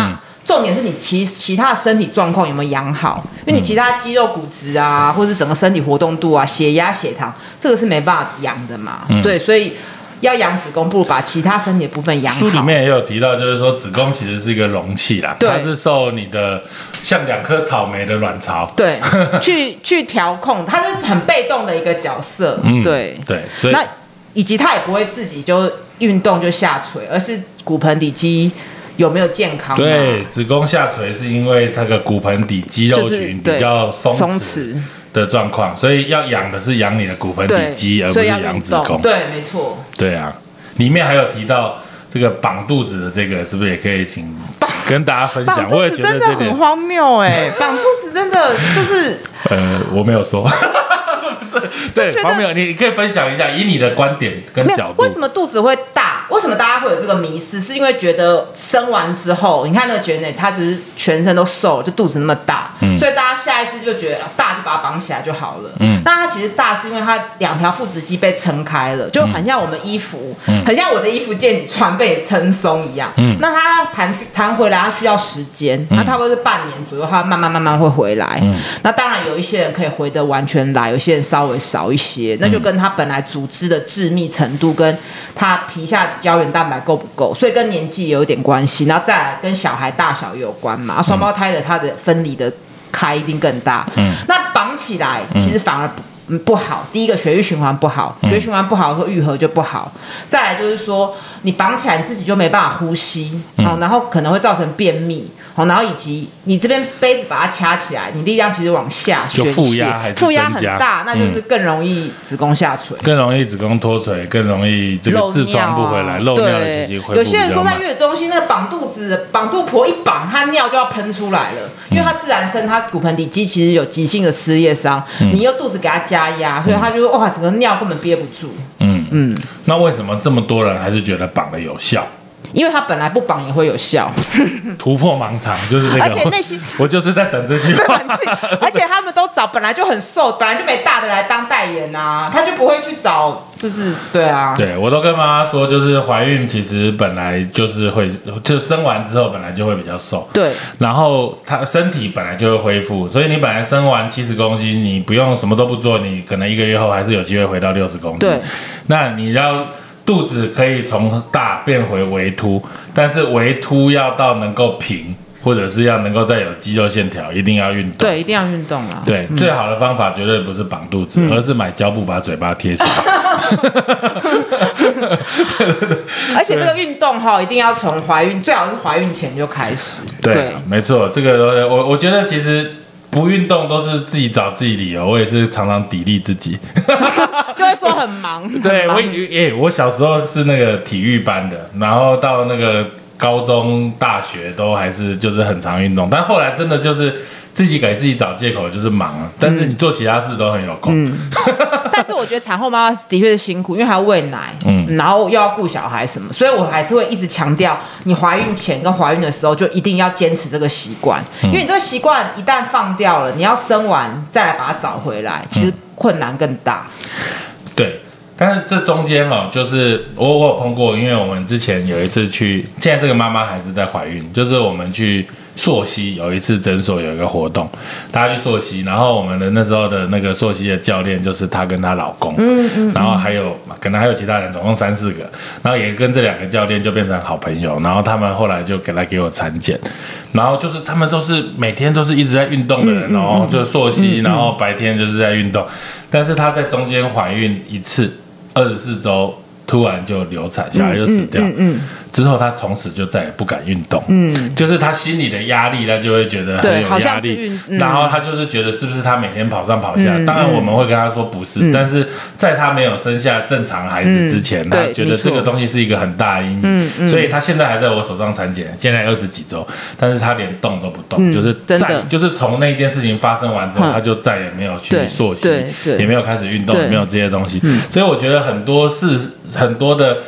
[SPEAKER 2] 重点是你其其他的身体状况有没有养好，因为你其他肌肉骨质啊，或是整个身体活动度啊、血压、血糖，这个是没办法养的嘛。嗯、对，所以要养子宫，不如把其他身体的部分养好。
[SPEAKER 1] 书里面也有提到，就是说子宫其实是一个容器啦，它是受你的像两颗草莓的卵巢，
[SPEAKER 2] 对，去去调控，它是很被动的一个角色。嗯、对
[SPEAKER 1] 对，所以
[SPEAKER 2] 那以及它也不会自己就运动就下垂，而是骨盆底肌有没有健康？
[SPEAKER 1] 对，子宫下垂是因为它的骨盆底肌肉群比较松弛的状况，所以要养的是养你的骨盆底肌，而不是养子宫。
[SPEAKER 2] 对，没错。
[SPEAKER 1] 对啊，里面还有提到这个绑肚子的这个，是不是也可以请跟大家分享？我也觉得
[SPEAKER 2] 真的很荒谬哎，绑肚子真的就是
[SPEAKER 1] 呃，我没有说。对，荒谬，你可以分享一下，以你的观点跟角度，
[SPEAKER 2] 为什么肚子会大？为什么大家会有这个迷思？是因为觉得生完之后，你看那个 Janet， 她只是全身都瘦，就肚子那么大，嗯、所以大家下意识就觉得大就把它绑起来就好了。嗯，那它其实大是因为它两条腹直肌被撑开了，就很像我们衣服，嗯、很像我的衣服借你穿被你撑松一样。嗯，那它要弹弹回来，它需要时间，嗯、那差不多是半年左右，它慢慢慢慢会回来。嗯，那当然有一些人可以回得完全来，有些人稍微少一些，那就跟他本来组织的致密程度跟他皮下胶原蛋白够不够，所以跟年纪也有点关系，然后再来跟小孩大小也有关嘛。双胞胎的他的分离的开一定更大。嗯，那绑起来其实反而不不好。第一个血液循环不好，血液循环不好的时候愈合就不好。再来就是说你绑起来你自己就没办法呼吸，嗯、然后可能会造成便秘。然后以及你这边杯子把它掐起来，你力量其实往下宣泄，
[SPEAKER 1] 负压还是
[SPEAKER 2] 负压很大，那就是更容易子宫下垂，
[SPEAKER 1] 更容易子宫脱垂，更容易这个痔疮不回来，漏尿的情形恢复比较慢。
[SPEAKER 2] 有些人说在月子中心那个绑肚子，绑肚婆一绑，她尿就要喷出来了，因为她自然生，她骨盆底肌其实有急性的撕裂伤，嗯、你又肚子给她加压，所以她就说哇，整个尿根本憋不住。
[SPEAKER 1] 嗯嗯，那为什么这么多人还是觉得绑的有效？
[SPEAKER 2] 因为它本来不绑也会有效，
[SPEAKER 1] 突破盲肠就是那个。
[SPEAKER 2] 而且那些
[SPEAKER 1] 我就是在等这句话。
[SPEAKER 2] 而且他们都找本来就很瘦，本来就没大的来当代言啊，他就不会去找，就是对啊。
[SPEAKER 1] 对，我都跟妈妈说，就是怀孕其实本来就是会，就生完之后本来就会比较瘦。
[SPEAKER 2] 对。然
[SPEAKER 1] 后她身体本来就会恢复，所以你本来生完七十公斤，你不用什么都不做，你可能一个月后还是有机会回到六十公斤。
[SPEAKER 2] 对。
[SPEAKER 1] 那你要。肚子可以从大变回微凸，但是微凸要到能够平，或者是要能够再有肌肉线条，一定要运动。
[SPEAKER 2] 对，一定要运动啊。
[SPEAKER 1] 对，嗯、最好的方法绝对不是绑肚子，嗯、而是买胶布把嘴巴贴起来。对对对。
[SPEAKER 2] 而且这个运动哈，一定要从怀孕，最好是怀孕前就开始。
[SPEAKER 1] 对，对没错，这个我我觉得其实。不运动都是自己找自己理由，我也是常常砥砺自己，
[SPEAKER 2] 就会说很忙。
[SPEAKER 1] 对我也、欸，我小时候是那个体育班的，然后到那个高中、大学都还是就是很常运动，但后来真的就是自己给自己找借口，就是忙啊。但是你做其他事都很有空。嗯、
[SPEAKER 2] 但是我觉得产后妈妈的确是辛苦，因为还要喂奶，嗯，然后又要顾小孩什么，所以我还是会一直强调，你怀孕前跟怀孕的时候就一定要坚持这个习惯，嗯、因为你这个习惯一旦放掉了，你要生完再来把它找回来，其实困难更大。
[SPEAKER 1] 嗯、对。但是这中间哦，就是我我有碰过，因为我们之前有一次去，现在这个妈妈还是在怀孕，就是我们去溯溪有一次诊所有一个活动，大家去溯溪，然后我们的那时候的那个溯溪的教练就是她跟她老公，嗯嗯，然后还有可能还有其他人，总共三四个，然后也跟这两个教练就变成好朋友，然后他们后来就给来给我产检，然后就是他们都是每天都是一直在运动的人哦，就溯溪，然后白天就是在运动，但是她在中间怀孕一次。二十四周突然就流产，小孩就死掉。嗯嗯嗯嗯、之后他从此就再也不敢运动。嗯，就是他心里的压力，他就会觉得很有压力。嗯、然后他就是觉得是不是他每天跑上跑下？嗯、当然我们会跟他说不是，嗯、但是在他没有生下正常孩子之前，嗯、他觉得这个东西是一个很大的阴影。嗯嗯、所以他现在还在我手上产检，现在二十几周，但是他连动都不动，嗯、就是再就是从那件事情发生完之后，嗯、他就再也没有去溯溪，也没有开始运动，也没有这些东西。嗯、所以我觉得很多事很多的。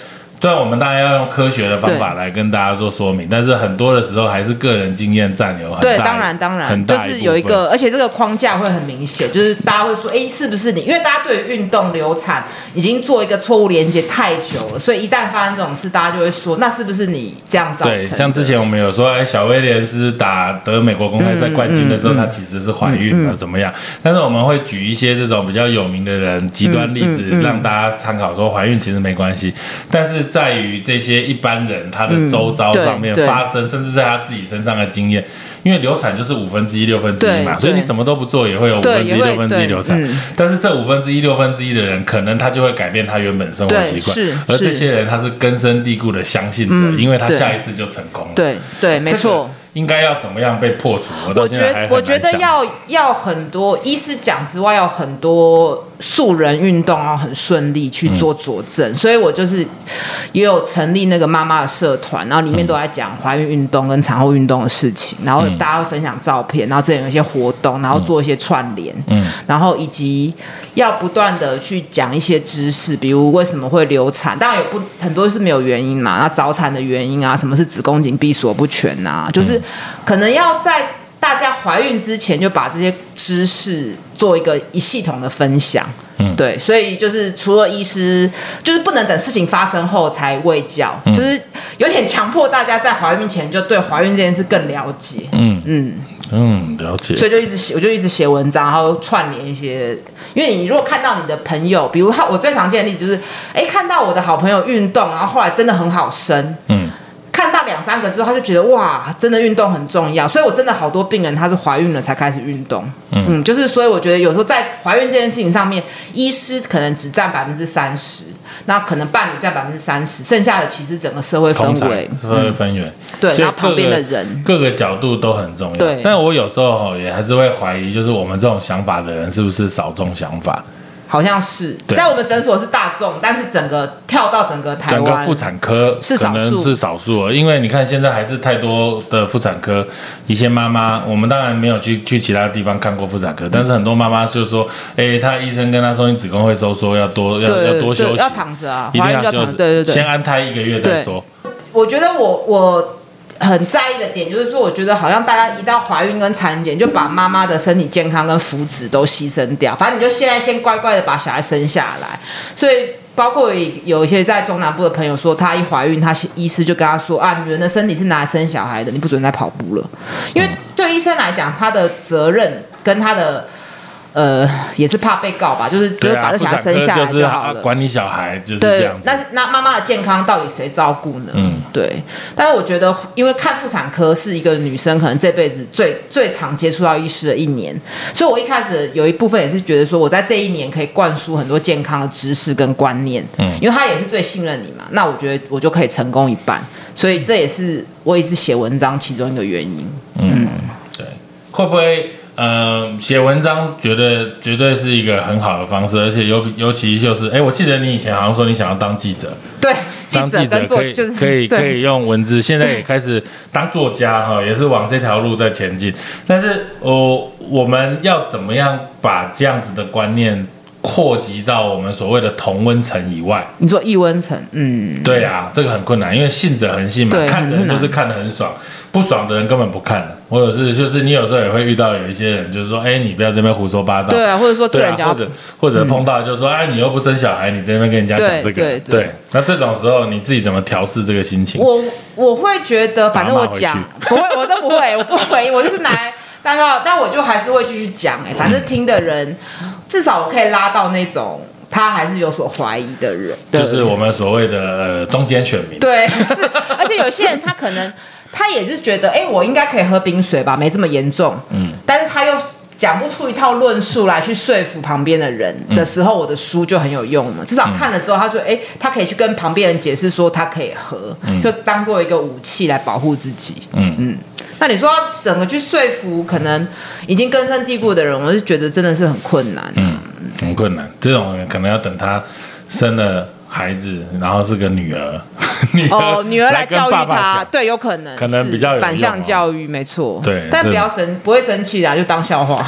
[SPEAKER 1] 虽然我们当然要用科学的方法来跟大家做说明，但是很多的时候还是个人经验占有很大。
[SPEAKER 2] 对，当然当然，
[SPEAKER 1] 很大
[SPEAKER 2] 就是有一个，而且这个框架会很明显，就是大家会说，哎，是不是你？因为大家对于运动流产已经做一个错误连接太久了，所以一旦发生这种事，大家就会说，那是不是你这样造成的？
[SPEAKER 1] 对，像之前我们有说，哎，小威廉斯打得美国公开赛冠军的时候，她、嗯嗯、其实是怀孕了，嗯嗯、怎么样？但是我们会举一些这种比较有名的人极端例子，嗯嗯嗯、让大家参考，说怀孕其实没关系，但是在于这些一般人他的周遭上面发生，嗯、甚至在他自己身上的经验。因为流产就是五分之一、六分之一嘛，所以你什么都不做也会有五分之一、六分之一流产。嗯、但是这五分之一、六分之一的人，可能他就会改变他原本生活习惯。而这些人他是根深蒂固的相信者，嗯、因为他下一次就成功了。
[SPEAKER 2] 对对，没错。
[SPEAKER 1] 应该要怎么样被破除？我到现在还很难想。
[SPEAKER 2] 我觉得要要很多医师讲之外，要很多素人运动要很顺利去做佐证。嗯、所以我就是也有成立那个妈妈的社团，然后里面都在讲怀孕运动跟产后运动的事情，然后大家会分享照片，然后这里有一些活动，然后做一些串联，嗯，然后以及要不断的去讲一些知识，比如为什么会流产，当然有不很多是没有原因嘛，那早产的原因啊，什么是子宫颈闭锁不全啊，就是。可能要在大家怀孕之前就把这些知识做一个一系统的分享，嗯、对，所以就是除了医师，就是不能等事情发生后才卫教，嗯、就是有点强迫大家在怀孕前就对怀孕这件事更了解，嗯嗯
[SPEAKER 1] 嗯，了解。
[SPEAKER 2] 所以就一直写，我就一直写文章，然后串联一些。因为你如果看到你的朋友，比如我最常见的例子就是，哎，看到我的好朋友运动，然后后来真的很好生，嗯。看到两三个之后，他就觉得哇，真的运动很重要。所以我真的好多病人他是怀孕了才开始运动，嗯, 嗯，就是所以我觉得有时候在怀孕这件事情上面，医师可能只占百分之三十，那可能伴侣占百分之三十，剩下的其实整个社会氛围、
[SPEAKER 1] 社会氛围，
[SPEAKER 2] 对，然后旁边的人
[SPEAKER 1] 各个角度都很重要。对，但我有时候也还是会怀疑，就是我们这种想法的人是不是少众想法？
[SPEAKER 2] 好像是，在我们诊所是大众，但是整个跳到整个台湾，
[SPEAKER 1] 整个妇产科
[SPEAKER 2] 是少数，
[SPEAKER 1] 可能是少数。因为你看现在还是太多的妇产科，一些妈妈，我们当然没有去去其他地方看过妇产科，但是很多妈妈就说，哎、欸，她医生跟她说你子宫会收缩，要多要要多休息，
[SPEAKER 2] 要躺着啊，
[SPEAKER 1] 一定要休息，
[SPEAKER 2] 对对对，
[SPEAKER 1] 先安胎一个月再说。
[SPEAKER 2] 我觉得我我。很在意的点就是说，我觉得好像大家一到怀孕跟产检，就把妈妈的身体健康跟福祉都牺牲掉。反正你就现在先乖乖的把小孩生下来。所以包括有一些在中南部的朋友说，她一怀孕，她医师就跟她说啊，女人的身体是拿来生小孩的，你不准再跑步了。因为对医生来讲，他的责任跟他的。呃，也是怕被告吧，就是只有把这小孩生下来就好了。
[SPEAKER 1] 啊、管理小孩就是这样子。
[SPEAKER 2] 那那妈妈的健康到底谁照顾呢？嗯，对。但是我觉得，因为看妇产科是一个女生可能这辈子最最常接触到医师的一年，所以我一开始有一部分也是觉得说，我在这一年可以灌输很多健康的知识跟观念。嗯，因为他也是最信任你嘛，那我觉得我就可以成功一半。所以这也是我一直写文章其中一个原因。嗯，
[SPEAKER 1] 嗯对，会不会？呃，写文章绝对绝对是一个很好的方式，而且尤尤其就是，哎，我记得你以前好像说你想要当记者，
[SPEAKER 2] 对，
[SPEAKER 1] 当记者可以、就是、可以可以用文字，现在也开始当作家哈，也是往这条路在前进。但是，哦，我们要怎么样把这样子的观念扩及到我们所谓的同温层以外？
[SPEAKER 2] 你说异温层，嗯，
[SPEAKER 1] 对啊，这个很困难，因为信者恒信嘛，看的人就是看得很爽。不爽的人根本不看了，或者是就是你有时候也会遇到有一些人，就是说，哎、欸，你不要这边胡说八道，
[SPEAKER 2] 对啊，或者说这个人讲、
[SPEAKER 1] 啊，或者或者碰到就是说，哎、嗯，你又不生小孩，你这边跟人家讲这个，对, 对, 对, 对，那这种时候你自己怎么调试这个心情？
[SPEAKER 2] 我我会觉得，反正我讲不会，我都不会，我不会，我就是拿来当要，但我就还是会继续讲，哎，反正听的人、嗯、至少我可以拉到那种。他还是有所怀疑的人，
[SPEAKER 1] 就是我们所谓的、呃、中间选民。
[SPEAKER 2] 对，是，而且有些人他可能他也是觉得，哎、欸，我应该可以喝冰水吧，没这么严重。嗯，但是他又讲不出一套论述来去说服旁边的人的时候，嗯、我的书就很有用了。至少看了之后，他说，哎、欸，他可以去跟旁边人解释说他可以喝，嗯、就当做一个武器来保护自己。嗯嗯。那你说要整个去说服可能已经根深蒂固的人，我是觉得真的是很困难、啊。嗯。
[SPEAKER 1] 很困难，这种人可能要等他生了孩子，然后是个女儿，女儿
[SPEAKER 2] 哦，女儿来教育他，对，有可能，
[SPEAKER 1] 可能比较有用、哦、
[SPEAKER 2] 反向教育，没错，
[SPEAKER 1] 对，
[SPEAKER 2] 但不要生，不会生气的，就当笑话。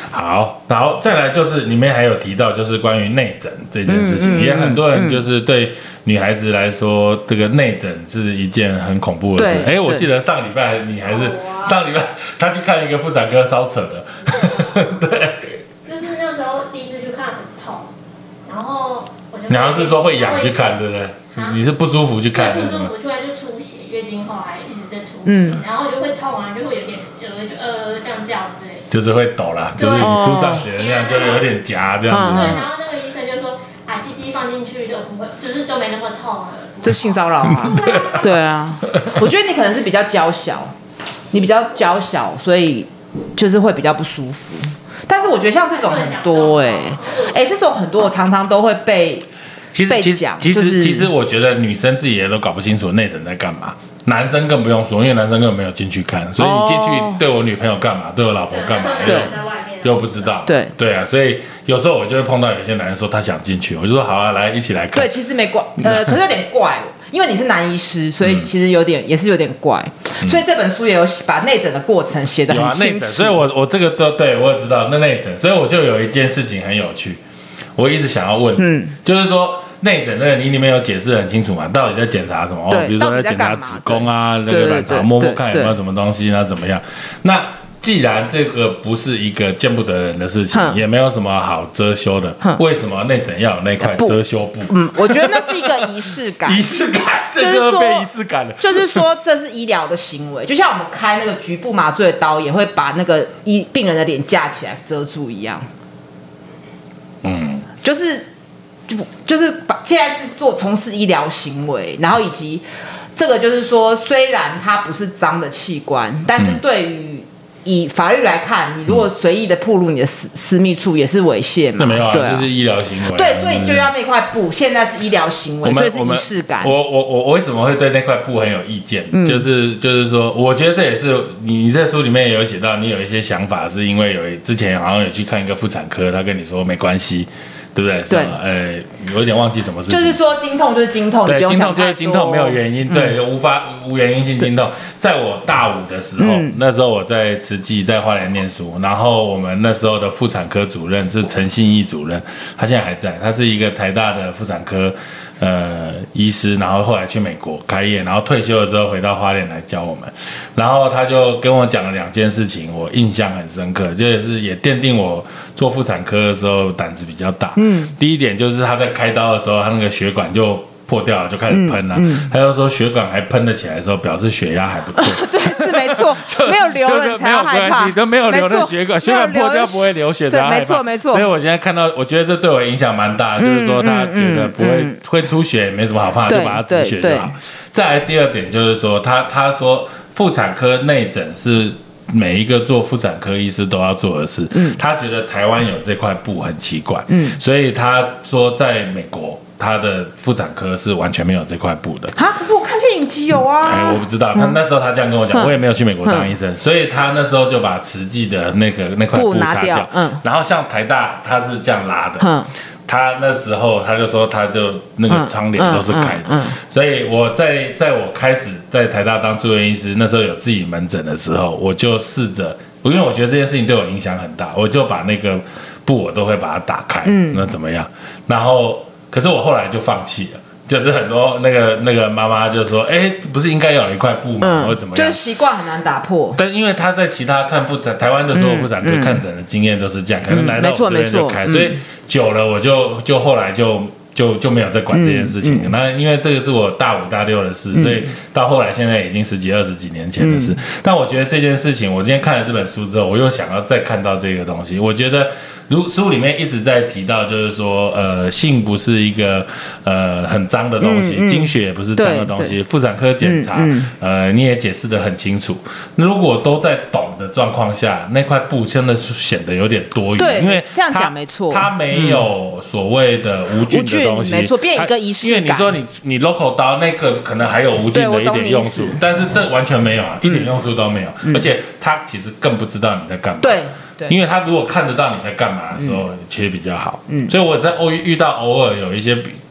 [SPEAKER 1] 好，然后再来就是里面还有提到，就是关于内诊这件事情，
[SPEAKER 2] 嗯嗯、
[SPEAKER 1] 也很多人就是对女孩子来说，这个内诊是一件很恐怖的事。哎，我记得上礼拜你还是、哦啊、上礼拜他去看一个妇产科，超扯的。对，
[SPEAKER 3] 就是那时候第一次去看很痛，然后我就你
[SPEAKER 1] 好像是说会痒去看，对不对？啊、你是不舒服去看，
[SPEAKER 3] 不舒服，突然就出血，月经后还一直在出血，
[SPEAKER 2] 嗯、
[SPEAKER 3] 然后就会痛啊，就会有点有就呃这样叫之类的。
[SPEAKER 1] 就是会抖啦，就是你书上写的那样，就是有点夹这样子。
[SPEAKER 3] 对，然后那个医生就说，啊，鸡鸡放进去都不会，就是都没那么痛了。
[SPEAKER 2] 就性骚扰啊？对啊，我觉得你可能是比较娇小，你比较娇小，所以就是会比较不舒服。但是我觉得像这种很多哎、欸，哎、欸，这种很多我常常都会被
[SPEAKER 1] 其实其实其实、
[SPEAKER 2] 就是、
[SPEAKER 1] 其实我觉得女生自己也都搞不清楚内诊在干嘛。男生更不用说，因为男生根本没有进去看，所以你进去对我女朋友干嘛，对我老婆干嘛，
[SPEAKER 2] 对，
[SPEAKER 1] 又不知道，
[SPEAKER 2] 对
[SPEAKER 1] 对啊，所以有时候我就会碰到有些男人说他想进去，我就说好啊，来一起来看。
[SPEAKER 2] 对，其实没怪，呃，可是有点怪，因为你是男医师，所以其实有点、嗯、也是有点怪，所以这本书也有把内诊的过程写得很清楚。
[SPEAKER 1] 所以我我这个都对我也知道那内诊，所以我就有一件事情很有趣，我一直想要问，嗯，就是说。内诊那个你里面有解释很清楚嘛？到底在检查什么？哦，比如说在检查子宫啊，那个卵巢摸摸看有没有什么东西，那怎么样？那既然这个不是一个见不得人的事情，也没有什么好遮羞的，为什么内诊要有那块遮羞布？
[SPEAKER 2] 嗯，我觉得那是一个仪式感。
[SPEAKER 1] 仪式感，就是说被仪式感了。
[SPEAKER 2] 就是说这是医疗的行为，就像我们开那个局部麻醉的刀，也会把那个医病人的脸架起来遮住一样。嗯，就是。就是把现在是做从事医疗行为，然后以及这个就是说，虽然它不是脏的器官，但是对于以法律来看，你如果随意的暴露你的私私密处也是猥亵嘛？
[SPEAKER 1] 那没有啊，
[SPEAKER 2] 对啊，
[SPEAKER 1] 就是医疗行为。
[SPEAKER 2] 对，所以就要那块布，现在是医疗行为，所以是仪式感。
[SPEAKER 1] 我我我我为什么会对那块布很有意见？嗯、就是就是说，我觉得这也是你你在书里面也有写到，你有一些想法，是因为有之前好像有去看一个妇产科，他跟你说没关系。对不对？
[SPEAKER 2] 对，
[SPEAKER 1] 呃，有点忘记什么事情。
[SPEAKER 2] 就是说经痛就是经痛，
[SPEAKER 1] 对，经痛就是经痛，没有原因，对，嗯、无法无原因性经痛。在我大五的时候，嗯、那时候我在慈济在花莲念书，然后我们那时候的妇产科主任是陈信义主任，他现在还在，他是一个台大的妇产科呃医师，然后后来去美国开业，然后退休了之后回到花莲来教我们，然后他就跟我讲了两件事情，我印象很深刻，就是也奠定我做妇产科的时候胆子比较大。嗯，第一点就是他在开刀的时候，他那个血管就破掉了，就开始喷了、啊。嗯嗯、他就说血管还喷得起来的时候，表示血压还不错。
[SPEAKER 2] 对，是没错，没有流了才要害怕，
[SPEAKER 1] 都没有流的血管，血管破掉不会流血才要害怕。
[SPEAKER 2] 没错没错。
[SPEAKER 1] 所以我现在看到，我觉得这对我影响蛮大的，嗯、就是说他觉得不会、嗯、会出血，没什么好怕，就把它止血就好。再来第二点就是说，他他说妇产科内诊是每一个做妇产科医师都要做的事。嗯，他觉得台湾有这块布很奇怪，嗯，所以他说在美国他的妇产科是完全没有这块布的。
[SPEAKER 2] 啊，可是我看见影集有啊。
[SPEAKER 1] 哎，我不知道，他那时候他这样跟我讲，嗯、我也没有去美国当医生，嗯、所以他那时候就把慈济的那个那块布擦掉，嗯，然后像台大他是这样拉的，嗯。他那时候他就说，他就那个窗帘都是开的，嗯嗯嗯、所以我在在我开始在台大当住院医师，那时候有自己门诊的时候，我就试着，因为我觉得这件事情对我影响很大，我就把那个布我都会把它打开，嗯、那怎么样？然后，可是我后来就放弃了。就是很多那个那个妈妈就说，哎，不是应该有一块布吗？嗯、或者怎么样？
[SPEAKER 2] 就是习惯很难打破。
[SPEAKER 1] 但因为他在其他看妇产台湾的所有妇产科看诊的经验都是这样，嗯、可能来到我这边就开，嗯、所以久了我就就后来就就就没有再管这件事情。嗯嗯、那因为这个是我大五大六的事，嗯、所以到后来现在已经十几二十几年前的事。嗯、但我觉得这件事情，我今天看了这本书之后，我又想要再看到这个东西，我觉得。如书里面一直在提到，就是说，呃，性不是一个呃很脏的东西，嗯嗯、经血也不是脏的东西。妇产科检查，嗯嗯、呃，你也解释得很清楚。如果都在懂的状况下，那块布真的是显得有点多余。
[SPEAKER 2] 对，
[SPEAKER 1] 因为
[SPEAKER 2] 这样讲没错，
[SPEAKER 1] 它没有所谓的无菌的东西，
[SPEAKER 2] 没错，变一个仪式感。
[SPEAKER 1] 因为你说你你 local 刀那个可能还有无菌的一点用处，但是这完全没有啊，一点用处都没有，嗯、而且他其实更不知道你在干嘛。
[SPEAKER 2] 对。
[SPEAKER 1] 因为他如果看得到你在干嘛的时候，嗯、其实比较好。嗯，所以我在偶遇到偶尔有一些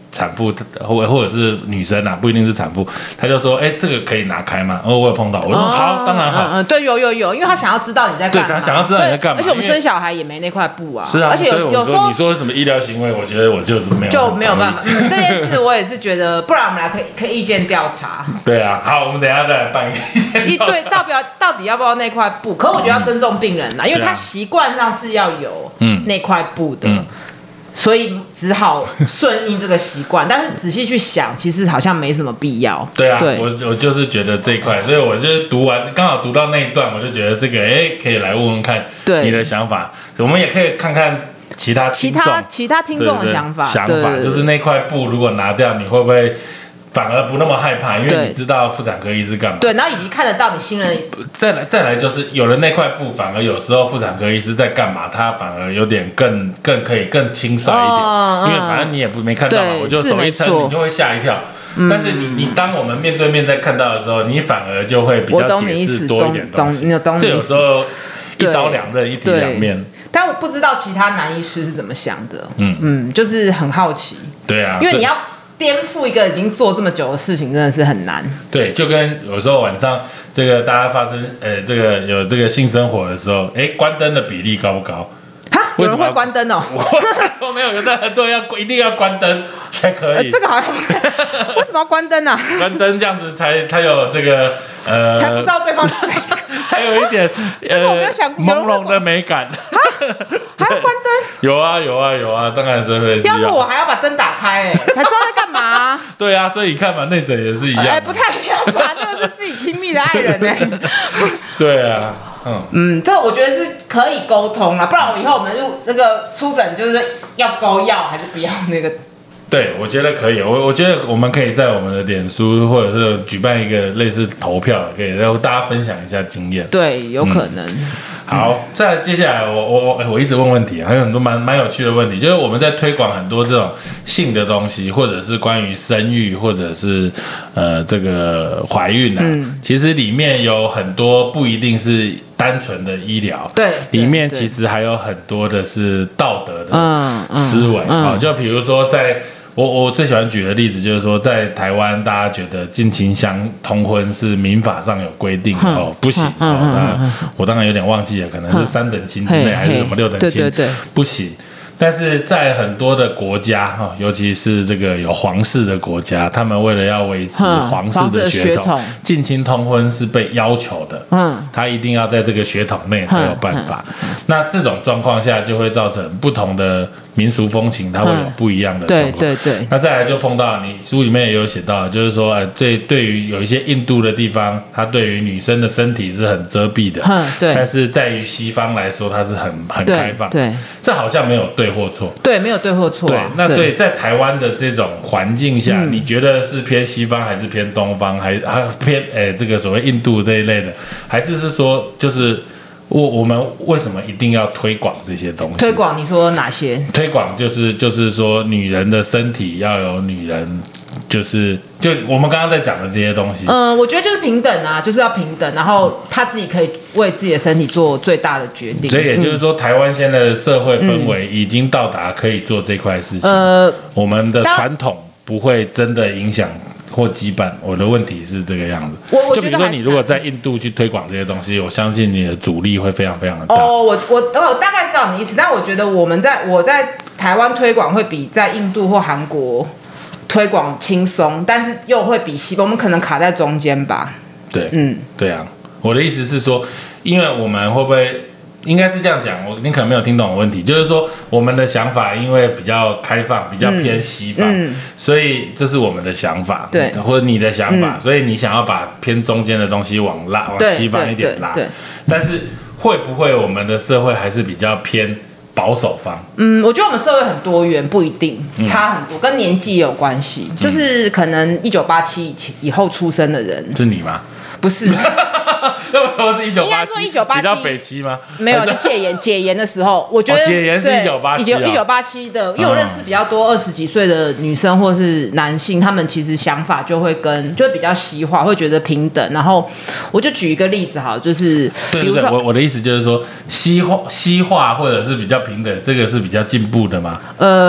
[SPEAKER 1] 产妇或或者是女生啊，不一定是产妇，他就说，哎、欸，这个可以拿开吗？哦，我有碰到，我说、哦、好，当然好。嗯嗯，
[SPEAKER 2] 对，有有有，因为他想要知道你在干嘛，
[SPEAKER 1] 对，他想要知道你在干嘛。
[SPEAKER 2] 而且我们生小孩也没那块布啊。
[SPEAKER 1] 是啊，
[SPEAKER 2] 而且有有时候
[SPEAKER 1] 你说什么医疗行为，我觉得我就是没有
[SPEAKER 2] 就没有办法。嗯，这件事我也是觉得，不然我们来可以可以意见调查。
[SPEAKER 1] 对啊，好，我们等一下再来办一个。
[SPEAKER 2] 对，到底要到底要不要那块布？可我觉得要尊重病人啦，因为他习惯上是要有那块布的。嗯，所以只好顺应这个习惯，但是仔细去想，其实好像没什么必要。
[SPEAKER 1] 对啊，对我我就是觉得这一块，所以我就读完，刚好读到那一段，我就觉得这个，哎，可以来问问看你的想法。我们也可以看看其他
[SPEAKER 2] 其他其他听众的想法。
[SPEAKER 1] 想法就是那块布如果拿掉，你会不会反而不那么害怕？因为你知道妇产科医师干嘛？
[SPEAKER 2] 对，然后以及看得到你信任。
[SPEAKER 1] 再来再来就是有了那块布，反而有时候妇产科医师在干嘛，他反而有点更更可以更轻率一点，哦、因为反正你也不没看到嘛，我就手一撑，你就会吓一跳。嗯、但是你你当我们面对面在看到的时候，你反而就会比较解释多一点东西。这有时候一刀两刃，一体两面。
[SPEAKER 2] 但我不知道其他男医师是怎么想的。嗯嗯，就是很好奇。
[SPEAKER 1] 对啊，
[SPEAKER 2] 因为你要颠覆一个已经做这么久的事情，真的是很难。
[SPEAKER 1] 对，就跟有时候晚上这个大家发生呃这个有这个性生活的时候，哎，关灯的比例高不高？
[SPEAKER 2] 哈，有人会关灯哦。
[SPEAKER 1] 我没有，有的很多人要一定要关灯才可以。
[SPEAKER 2] 呃、这个好像为什么要关灯啊？
[SPEAKER 1] 关灯这样子才才有这个呃，
[SPEAKER 2] 才不知道对方是谁，
[SPEAKER 1] 才有一点
[SPEAKER 2] 这个我没有想过
[SPEAKER 1] 朦胧的美感。
[SPEAKER 2] 还要关灯？
[SPEAKER 1] 有啊有啊有啊，当然是会。
[SPEAKER 2] 要是我还要把灯打开、欸，哎，才知道在干嘛、啊。
[SPEAKER 1] 对啊，所以你看嘛，内诊也是一样。哎、
[SPEAKER 2] 欸，不太一样吧？那个是自己亲密的爱人哎、欸。
[SPEAKER 1] 对啊，嗯
[SPEAKER 2] 嗯，这个我觉得是可以沟通啦，不然我以后我们就那个出诊就是要勾药还是不要那个。
[SPEAKER 1] 对，我觉得可以。我我觉得我们可以在我们的脸书或者是举办一个类似投票，可以让大家分享一下经验。
[SPEAKER 2] 对，有可能。嗯、
[SPEAKER 1] 好，再来接下来我我我我一直问问题，还有很多蛮蛮有趣的问题，就是我们在推广很多这种性的东西，或者是关于生育，或者是呃这个怀孕啊、嗯，其实里面有很多不一定是单纯的医疗，
[SPEAKER 2] 对，
[SPEAKER 1] 里面其实还有很多的是道德的思维啊、嗯嗯哦，就比如说在。我我最喜欢举的例子就是说，在台湾，大家觉得近亲相通婚是民法上有规定哦，不行哦。那我当然有点忘记了，可能是三等亲之内还是什么六等亲，不行。但是在很多的国家哈，尤其是这个有皇室的国家，他们为了要维持皇室的血统，近亲通婚是被要求的。嗯，他一定要在这个血统内才有办法。那这种状况下，就会造成不同的民俗风情，它会有不一样的状况。
[SPEAKER 2] 对对对。
[SPEAKER 1] 那再来就碰到你书里面也有写到，就是说，呃，对对于有一些印度的地方，它对于女生的身体是很遮蔽的。嗯，对。但是在于西方来说，它是很很开放。
[SPEAKER 2] 对。
[SPEAKER 1] 这好像没有对或错。
[SPEAKER 2] 对，没有对或错、啊。
[SPEAKER 1] 对，那所以在台湾的这种环境下，你觉得是偏西方还是偏东方，还还偏诶这个所谓印度这一类的，还是是说就是我我们为什么一定要推广这些东西？
[SPEAKER 2] 推广你说哪些？
[SPEAKER 1] 推广就是就是说女人的身体要有女人。就是就我们刚刚在讲的这些东西，
[SPEAKER 2] 嗯，我觉得就是平等啊，就是要平等，然后他自己可以为自己的身体做最大的决定。
[SPEAKER 1] 所以也就是说，台湾现在的社会氛围已经到达可以做这块事情。呃，我们的传统不会真的影响或羁绊。我的问题是这个样子。
[SPEAKER 2] 我我
[SPEAKER 1] 就比如说，你如果在印度去推广这些东西，我相信你的阻力会非常非常的大。
[SPEAKER 2] 哦，我我我大概知道你的意思，但我觉得我们在我在台湾推广会比在印度或韩国推广轻松，但是又会比西方，我们可能卡在中间吧。
[SPEAKER 1] 对，嗯，对啊。我的意思是说，因为我们会不会应该是这样讲？我你可能没有听懂我问题，就是说我们的想法因为比较开放，比较偏西方，嗯嗯、所以这是我们的想法，
[SPEAKER 2] 对，
[SPEAKER 1] 或者你的想法，嗯、所以你想要把偏中间的东西往拉往西方一点拉。对，对对但是会不会我们的社会还是比较偏？保守方，
[SPEAKER 2] 嗯，我觉得我们社会很多元，不一定差很多，嗯、跟年纪也有关系。嗯、就是可能一九八七以前以后出生的人，
[SPEAKER 1] 是你吗？
[SPEAKER 2] 不是，
[SPEAKER 1] 那为什么是一九八七？
[SPEAKER 2] 应该说一九八七比
[SPEAKER 1] 较北七吗？
[SPEAKER 2] 没有，就戒严解严的时候，我觉得、
[SPEAKER 1] 哦、解严是一九八七，
[SPEAKER 2] 一九八七的，因为我认识比较多二十几岁的女生或是男性，他们其实想法就会跟就会比较西化，会觉得平等。然后我就举一个例子好，就是
[SPEAKER 1] 对对对，我我的意思就是说西化西化或者是比较平等，这个是比较进步的吗？
[SPEAKER 2] 呃。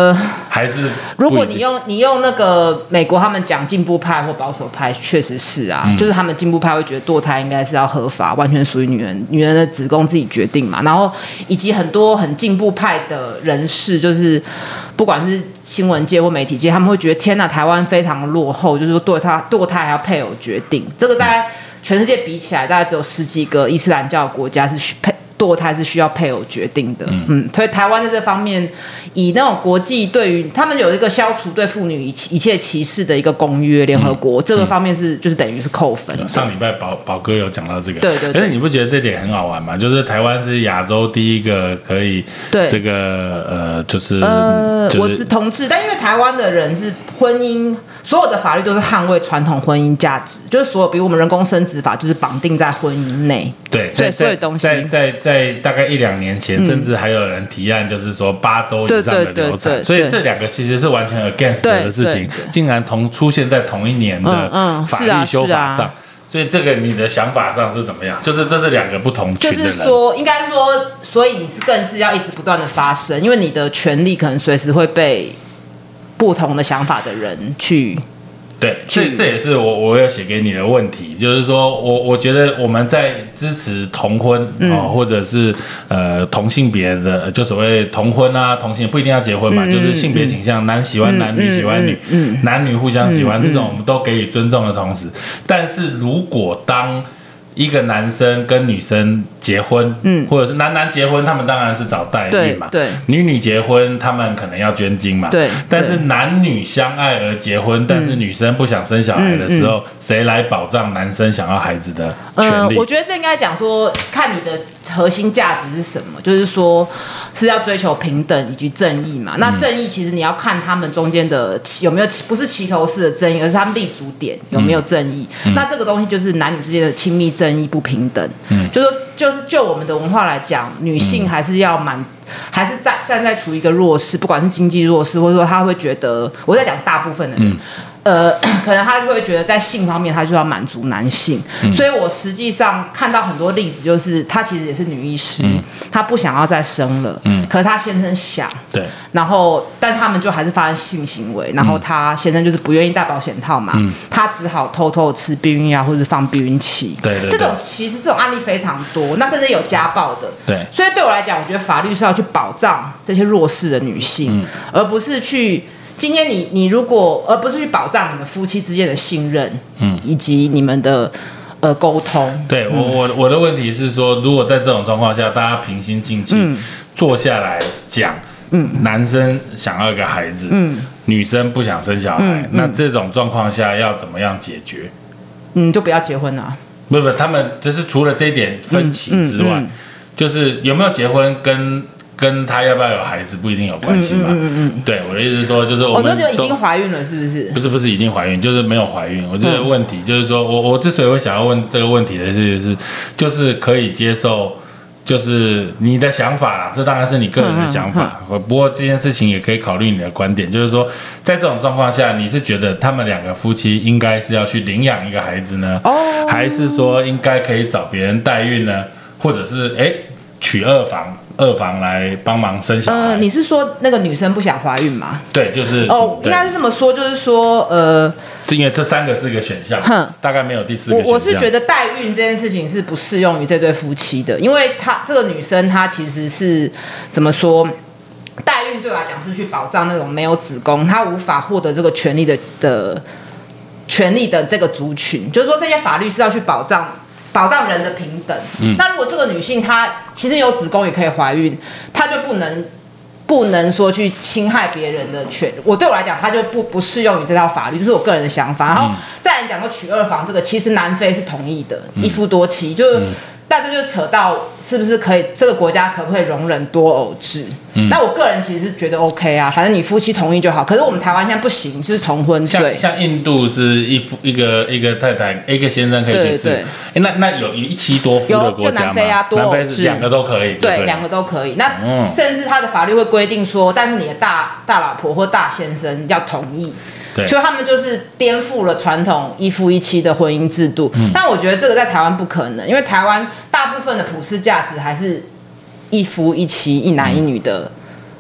[SPEAKER 1] 还是
[SPEAKER 2] 如果你用你用那个美国他们讲进步派或保守派，确实是啊，嗯、就是他们进步派会觉得堕胎应该是要合法，完全属于女人，女人的子宫自己决定嘛。然后以及很多很进步派的人士，就是不管是新闻界或媒体界，他们会觉得天哪，台湾非常落后，就是说堕胎堕胎还要配偶决定，这个大概全世界比起来，大概只有十几个伊斯兰教国家是配。堕胎是需要配偶决定的，嗯，嗯所以台湾在这方面，以那种国际对于他们有一个消除对妇女一一切歧视的一个公约，联合国、嗯、这个方面是就是等于是扣分。
[SPEAKER 1] 上礼拜宝宝哥有讲到这个，
[SPEAKER 2] 对对对。
[SPEAKER 1] 可是你不觉得这点很好玩吗？就是台湾是亚洲第一个可以这个呃，就是
[SPEAKER 2] 呃，
[SPEAKER 1] 就是、
[SPEAKER 2] 我是同志，但因为台湾的人是婚姻，所有的法律都是捍卫传统婚姻价值，就是所有比如我们人工生殖法就是绑定在婚姻内，
[SPEAKER 1] 对，
[SPEAKER 2] 对，所有东西
[SPEAKER 1] 在在在。在大概一两年前、嗯，甚至还有人提案，就是说八周以上的流产，所以这两个其实是完全 against 的事情，竟然同出现在同一年的法律修法上。嗯嗯啊啊、所以这个你的想法上是怎么样？就是这是两个不同群的人。
[SPEAKER 2] 就是说，应该说，所以你是更是要一直不断的发声，因为你的权利可能随时会被不同的想法的人去。
[SPEAKER 1] 对，这这也是我我有写给你的问题，就是说我我觉得我们在支持同婚、嗯哦、或者是呃同性别的，就所谓同婚啊，同性不一定要结婚嘛，嗯、就是性别倾向，嗯、男喜欢男，嗯、女喜欢女，嗯、男女互相喜欢、嗯、这种，我们都给予尊重的同时，但是如果当一个男生跟女生结婚，嗯，或者是男男结婚，他们当然是找代孕嘛，
[SPEAKER 2] 对，对
[SPEAKER 1] 女女结婚，他们可能要捐精嘛，
[SPEAKER 2] 对。
[SPEAKER 1] 但是男女相爱而结婚，但是女生不想生小孩的时候，谁、嗯嗯、来保障男生想要孩子的权利？
[SPEAKER 2] 呃、我觉得这应该讲说，看你的核心价值是什么，就是说是要追求平等以及正义嘛。那正义其实你要看他们中间的有没有不是齐头式的正义，而是他们立足点有没有正义。嗯、那这个东西就是男女之间的亲密正义不平等。嗯，就是就是就我们的文化来讲，女性还是要满。还是在站在处于一个弱势，不管是经济弱势，或者说他会觉得，我在讲大部分的人，嗯、呃，可能他会觉得在性方面他就要满足男性，嗯、所以我实际上看到很多例子，就是她其实也是女医师，嗯、她不想要再生了，嗯、可是她先生想，
[SPEAKER 1] 对，
[SPEAKER 2] 然后但他们就还是发生性行为，然后她先生就是不愿意戴保险套嘛，嗯、她只好偷偷吃避孕药或者放避孕器，
[SPEAKER 1] 对对对，
[SPEAKER 2] 这种其实这种案例非常多，那甚至有家暴的，
[SPEAKER 1] 对，
[SPEAKER 2] 所以对我来讲，我觉得法律是要去保障这些弱势的女性，嗯、而不是去今天你你如果而不是去保障你们夫妻之间的信任，嗯，以及你们的呃沟通。
[SPEAKER 1] 对我我我的问题是说，如果在这种状况下，大家平心静气、嗯、坐下来讲，嗯，男生想要一个孩子，嗯，女生不想生小孩，嗯嗯、那这种状况下要怎么样解决？
[SPEAKER 2] 嗯，就不要结婚了。
[SPEAKER 1] 不不，他们就是除了这一点分歧之外，嗯嗯嗯、就是有没有结婚跟。跟他要不要有孩子不一定有关系嘛？嗯嗯嗯嗯对，我的意思是说，就是我们都、
[SPEAKER 2] 哦、已经怀孕了，是不是？
[SPEAKER 1] 不是不是已经怀孕，就是没有怀孕。我这个问题就是说，我我之所以会想要问这个问题的是，是就是可以接受，就是你的想法啦，这当然是你个人的想法。嗯嗯嗯、不过这件事情也可以考虑你的观点，就是说，在这种状况下，你是觉得他们两个夫妻应该是要去领养一个孩子呢，哦、还是说应该可以找别人代孕呢，或者是哎娶二房？二房来帮忙生小孩。
[SPEAKER 2] 呃，你是说那个女生不想怀孕吗？
[SPEAKER 1] 对，就是
[SPEAKER 2] 哦，应该是这么说，就是说，呃，
[SPEAKER 1] 因为这三个是一个选项，大概没有第四个选项。
[SPEAKER 2] 我我是觉得代孕这件事情是不适用于这对夫妻的，因为她这个女生她其实是怎么说？代孕对我来讲是去保障那种没有子宫，她无法获得这个权利的的权利的这个族群，就是说这些法律是要去保障。保障人的平等。嗯、那如果这个女性她其实有子宫也可以怀孕，她就不能不能说去侵害别人的权。我对我来讲，她就不不适用于这套法律，这是我个人的想法。然后再来讲说娶二房这个，其实南非是同意的，嗯、一夫多妻，就。嗯但这就扯到是不是可以这个国家可不可以容忍多偶制？嗯，那我个人其实是觉得 OK 啊，反正你夫妻同意就好。可是我们台湾现在不行，就是重婚罪。
[SPEAKER 1] 像像印度是一夫一个一个太太一个先生可以解释。对对。哎，那那有一妻多夫的国家吗？
[SPEAKER 2] 就南非啊，多偶制，
[SPEAKER 1] 两个都可以。
[SPEAKER 2] 对，两个都可以。那、嗯、甚至他的法律会规定说，但是你的大大老婆或大先生要同意。所以他们就是颠覆了传统一夫一妻的婚姻制度，嗯、但我觉得这个在台湾不可能，因为台湾大部分的普世价值还是一夫一妻、一男一女的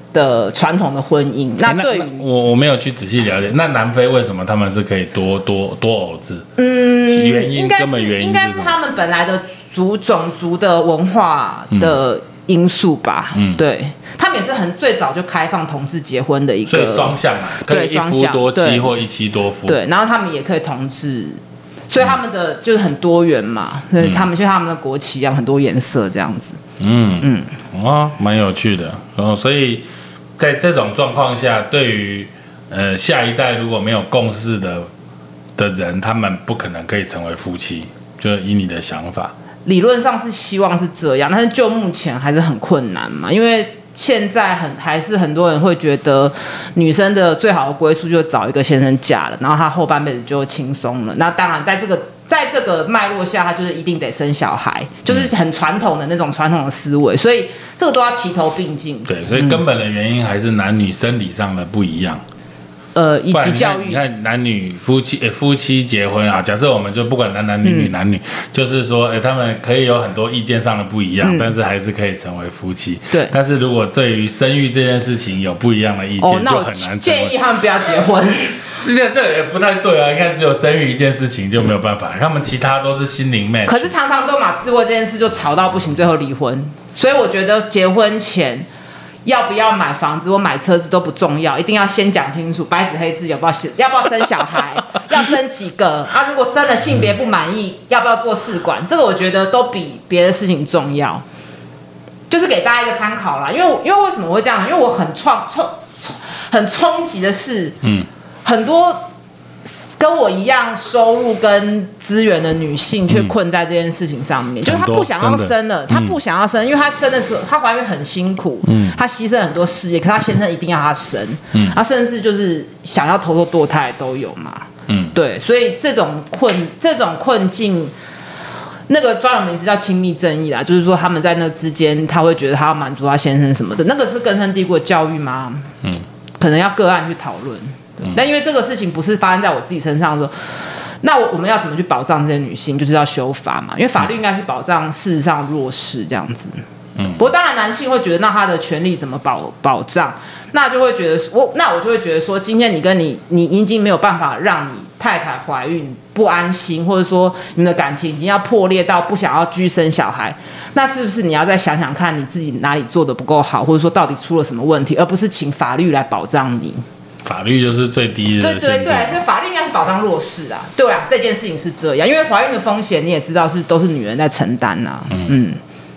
[SPEAKER 2] 的传统的婚姻。那对于
[SPEAKER 1] 我我没有去仔细了解，那南非为什么他们是可以多多多偶制？
[SPEAKER 2] 嗯，
[SPEAKER 1] 原因
[SPEAKER 2] 应该
[SPEAKER 1] 根本原因
[SPEAKER 2] 是应该是他们本来的族种族的文化的因素吧。嗯，对，他们也是很最早就开放同志结婚的一个，
[SPEAKER 1] 所以双向嘛，可以一夫多妻或一妻多夫。
[SPEAKER 2] 对，然后他们也可以同志。所以他们的就是很多元嘛，所以他们就像他们的国旗一样，很多颜色这样子。
[SPEAKER 1] 嗯嗯，哇，蛮有趣的。然后，所以在这种状况下，对于呃下一代如果没有共识的的人，他们不可能可以成为夫妻。就以你的想法，
[SPEAKER 2] 理论上是希望是这样，但是就目前还是很困难嘛，因为现在很还是很多人会觉得女生的最好的归宿就是找一个先生嫁了，然后她后半辈子就轻松了。那当然，在这个在这个脉络下，她就是一定得生小孩，就是很传统的那种传统的思维，所以这个都要齐头并进。
[SPEAKER 1] 对，所以根本的原因还是男女生理上的不一样。
[SPEAKER 2] 呃，以及教育，
[SPEAKER 1] 你看男女夫妻、欸、夫妻结婚啊，假设我们就不管男男女女男女，嗯、就是说，哎、欸，他们可以有很多意见上的不一样，嗯、但是还是可以成为夫妻。
[SPEAKER 2] 对。
[SPEAKER 1] 但是如果对于生育这件事情有不一样的意见，哦、就很难成为。
[SPEAKER 2] 建议他们不要结婚。
[SPEAKER 1] 这这也不太对啊！你看，只有生育一件事情就没有办法，他们其他都是心灵 match。
[SPEAKER 2] 可是常常都把自慰这件事就吵到不行，最后离婚。所以我觉得结婚前。要不要买房子或买车子都不重要，一定要先讲清楚，白纸黑字要不要要不要生小孩，要生几个啊？如果生了性别不满意，要不要做试管？这个我觉得都比别的事情重要，就是给大家一个参考啦。因为因为为什么我会这样？因为我很创冲很冲击的是，嗯，很多。跟我一样收入跟资源的女性，却困在这件事情上面，嗯、就是她不想要生了，她不想要生，因为她生的时候，她怀孕很辛苦，嗯，她牺牲很多事业，可她先生一定要她生，嗯，她甚至就是想要偷偷堕胎都有嘛，嗯，对，所以这种困这种困境，那个专有名词叫亲密正义啦，就是说他们在那之间，他会觉得他要满足他先生什么的，那个是根深蒂固的教育吗？嗯，可能要个案去讨论。但因为这个事情不是发生在我自己身上的时候，那我们要怎么去保障这些女性？就是要修法嘛，因为法律应该是保障事实上弱势这样子。嗯，不过当然男性会觉得，那他的权利怎么保保障？那就会觉得我，那我就会觉得说，今天你跟你你已经没有办法让你太太怀孕不安心，或者说你们的感情已经要破裂到不想要继续生小孩，那是不是你要再想想看你自己哪里做的不够好，或者说到底出了什么问题，而不是请法律来保障你？
[SPEAKER 1] 法律就是最低的，
[SPEAKER 2] 对对对，所以法律应该是保障弱势啊，对啊，这件事情是这样，因为怀孕的风险你也知道是都是女人在承担啊，嗯，嗯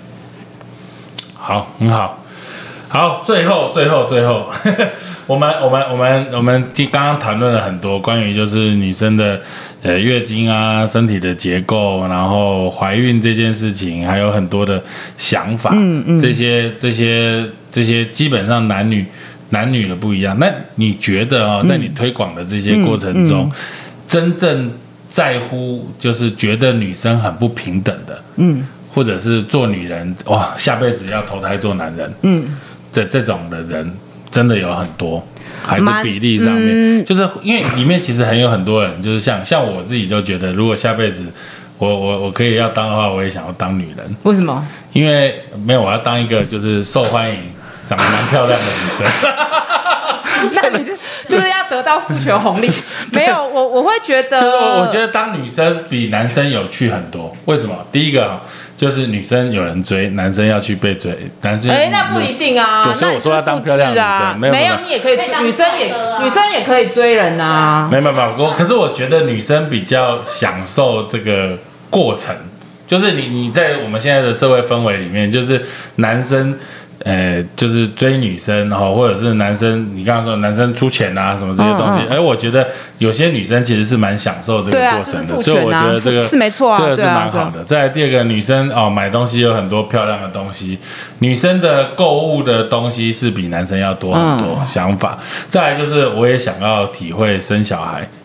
[SPEAKER 1] 好，很好，好，最后最后最后，我们我们我们我们刚刚谈论了很多关于就是女生的呃月经啊、身体的结构，然后怀孕这件事情，还有很多的想法，嗯嗯，这些这些这些基本上男女。男女的不一样，那你觉得哦，在你推广的这些过程中，嗯嗯、真正在乎就是觉得女生很不平等的，嗯，或者是做女人哇，下辈子要投胎做男人，嗯，的这种的人真的有很多，还是比例上面，嗯、就是因为里面其实很有很多人，就是像像我自己就觉得，如果下辈子我我我可以要当的话，我也想要当女人。
[SPEAKER 2] 为什么？
[SPEAKER 1] 因为没有，我要当一个就是受欢迎。长得蛮漂亮的女生，
[SPEAKER 2] 那你就就是要得到父权红利。没有，我我会觉得，
[SPEAKER 1] 就是我觉得当女生比男生有趣很多。为什么？第一个就是女生有人追，男生要去被追，男生
[SPEAKER 2] 哎、欸，那不一定啊。
[SPEAKER 1] 所以我说要当漂亮的女生，
[SPEAKER 2] 没有没有，你也可以追，女生也女生也可以追人啊。
[SPEAKER 1] 没有没有，我可是我觉得女生比较享受这个过程，就是你你在我们现在的社会氛围里面，就是男生。呃，就是追女生，然后或者是男生，你刚刚说男生出钱啊，什么这些东西，哎、嗯嗯，我觉得有些女生其实是蛮享受这个过程的，啊就是、所以我觉得这个
[SPEAKER 2] 是没错、啊，
[SPEAKER 1] 这个是蛮好的。再来第二个，女生哦买东西有很多漂亮的东西，女生的购物的东西是比男生要多很多、嗯、想法。再来就是我也想要体会生小孩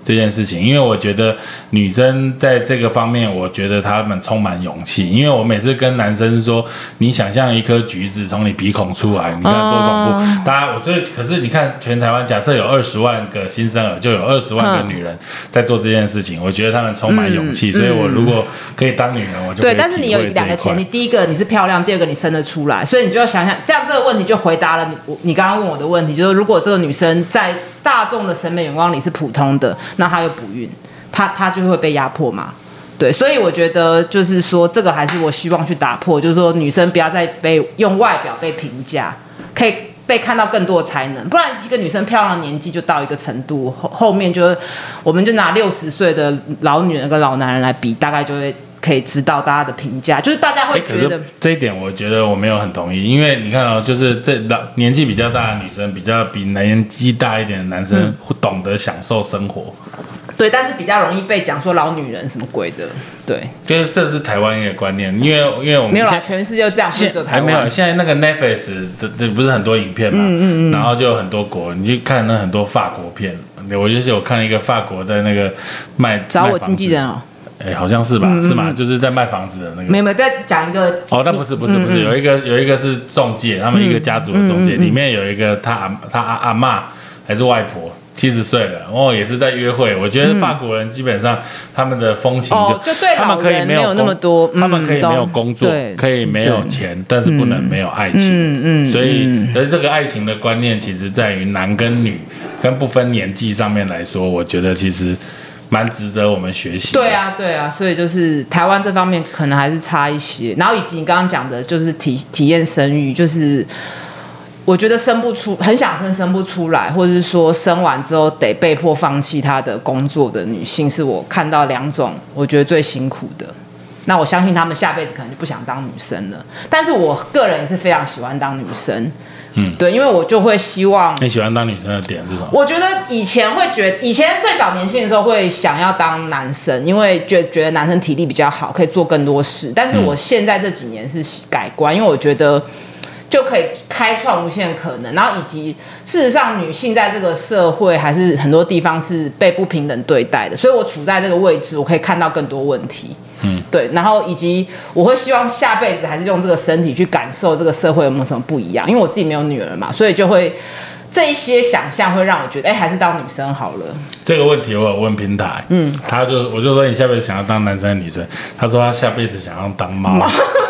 [SPEAKER 1] 这件事情，因为我觉得女生在这个方面，我觉得她们充满勇气。因为我每次跟男生说，你想象一颗橘子从你鼻孔出来，你看多恐怖！哦、大家，我觉得，可是你看全台湾，假设有二十万个新生儿，就有二十万个女人在做这件事情，我觉得她们充满勇气。嗯、所以我如果可以当女人，我就可以
[SPEAKER 2] 对。但是你有两个前提，第一个你是漂亮，第二个你生得出来，所以你就要想想，这样这个问题就回答了你你刚刚问我的问题，就是如果这个女生在大众的审美眼光里是普通的，那她又不孕，她她就会被压迫嘛。对，所以我觉得就是说，这个还是我希望去打破，就是说女生不要再被用外表被评价，可以被看到更多的才能，不然一个女生漂亮的年纪就到一个程度，后后面就我们就拿六十岁的老女人跟老男人来比，大概就会可以知道大家的评价，就是大家会觉得、欸、
[SPEAKER 1] 这一点，我觉得我没有很同意，因为你看哦，就是这老年纪比较大的女生，比较比年纪大一点的男生，会懂得享受生活。嗯
[SPEAKER 2] 对，但是比较容易被讲说老女人什么鬼的，对，
[SPEAKER 1] 就是这是台湾一个观念，因为因为我们
[SPEAKER 2] 没有啦，全世界就这样，不是只有台湾。
[SPEAKER 1] 还没有，现在那个 Netflix 的这不是很多影片嘛，嗯嗯嗯，然后就有很多国，你去看那很多法国片，我就是有看一个法国在那个卖
[SPEAKER 2] 找我经纪人哦。
[SPEAKER 1] 哎，好像是吧？嗯嗯是吗？就是在卖房子的那个。
[SPEAKER 2] 没有没有，在讲一个。
[SPEAKER 1] 哦，那不是不是不是，嗯嗯有一个有一个是中介，他们一个家族的中介，嗯嗯嗯里面有一个他阿他阿阿嬷还是外婆。七十岁了，哦，也是在约会。我觉得法国人基本上他们的风情就，
[SPEAKER 2] 哦、就对老人没有那么多，
[SPEAKER 1] 他们可以没有工作，嗯、可以没有钱，但是不能没有爱情。嗯嗯，所以，而这个爱情的观念，其实在于男跟女跟不分年纪上面来说，我觉得其实蛮值得我们学习。
[SPEAKER 2] 对啊，对啊，所以就是台湾这方面可能还是差一些。然后以及你刚刚讲的，就是体体验生育，就是。我觉得生不出，很想生生不出来，或者是说生完之后得被迫放弃她的工作的女性，是我看到两种我觉得最辛苦的。那我相信她们下辈子可能就不想当女生了。但是我个人也是非常喜欢当女生，嗯，对，因为我就会希望。
[SPEAKER 1] 你喜欢当女生的点是什么？
[SPEAKER 2] 我觉得以前会觉得，以前最早年轻的时候会想要当男生，因为觉觉得男生体力比较好，可以做更多事。但是我现在这几年是改观，因为我觉得。就可以开创无限可能，然后以及事实上，女性在这个社会还是很多地方是被不平等对待的，所以我处在这个位置，我可以看到更多问题。嗯，对，然后以及我会希望下辈子还是用这个身体去感受这个社会有没有什么不一样，因为我自己没有女儿嘛，所以就会这一些想象会让我觉得，哎，还是当女生好了。
[SPEAKER 1] 这个问题我有问平台，嗯，他就我就说你下辈子想要当男生还是女生？他说他下辈子想要当猫。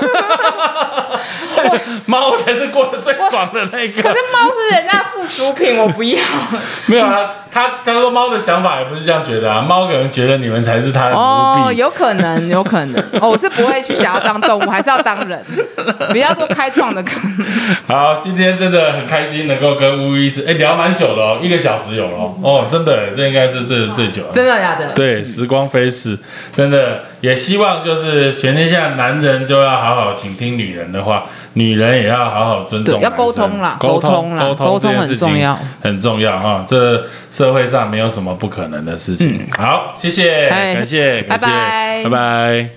[SPEAKER 1] 猫才是过得最爽的那个。
[SPEAKER 2] 可是猫是人家附属品，我不要。
[SPEAKER 1] 没有啊，他他说猫的想法也不是这样觉得啊，猫可能觉得你们才是他的奴婢。
[SPEAKER 2] 哦，有可能，有可能。哦，我是不会去想要当动物，还是要当人，比较多开创的可能。
[SPEAKER 1] 好，今天真的很开心能够跟巫医师哎聊蛮久的哦，一个小时有了哦，真的，这应该是最最久的。
[SPEAKER 2] 真的假的？
[SPEAKER 1] 对，时光飞逝，真的也希望就是全天下男人都要好好倾听女人的话。女人也要好好尊重男生，
[SPEAKER 2] 要沟通啦，沟通啦，沟通很重要，
[SPEAKER 1] 很重要哈。这社会上没有什么不可能的事情。嗯、好，谢谢，感谢，感谢，拜拜。拜拜。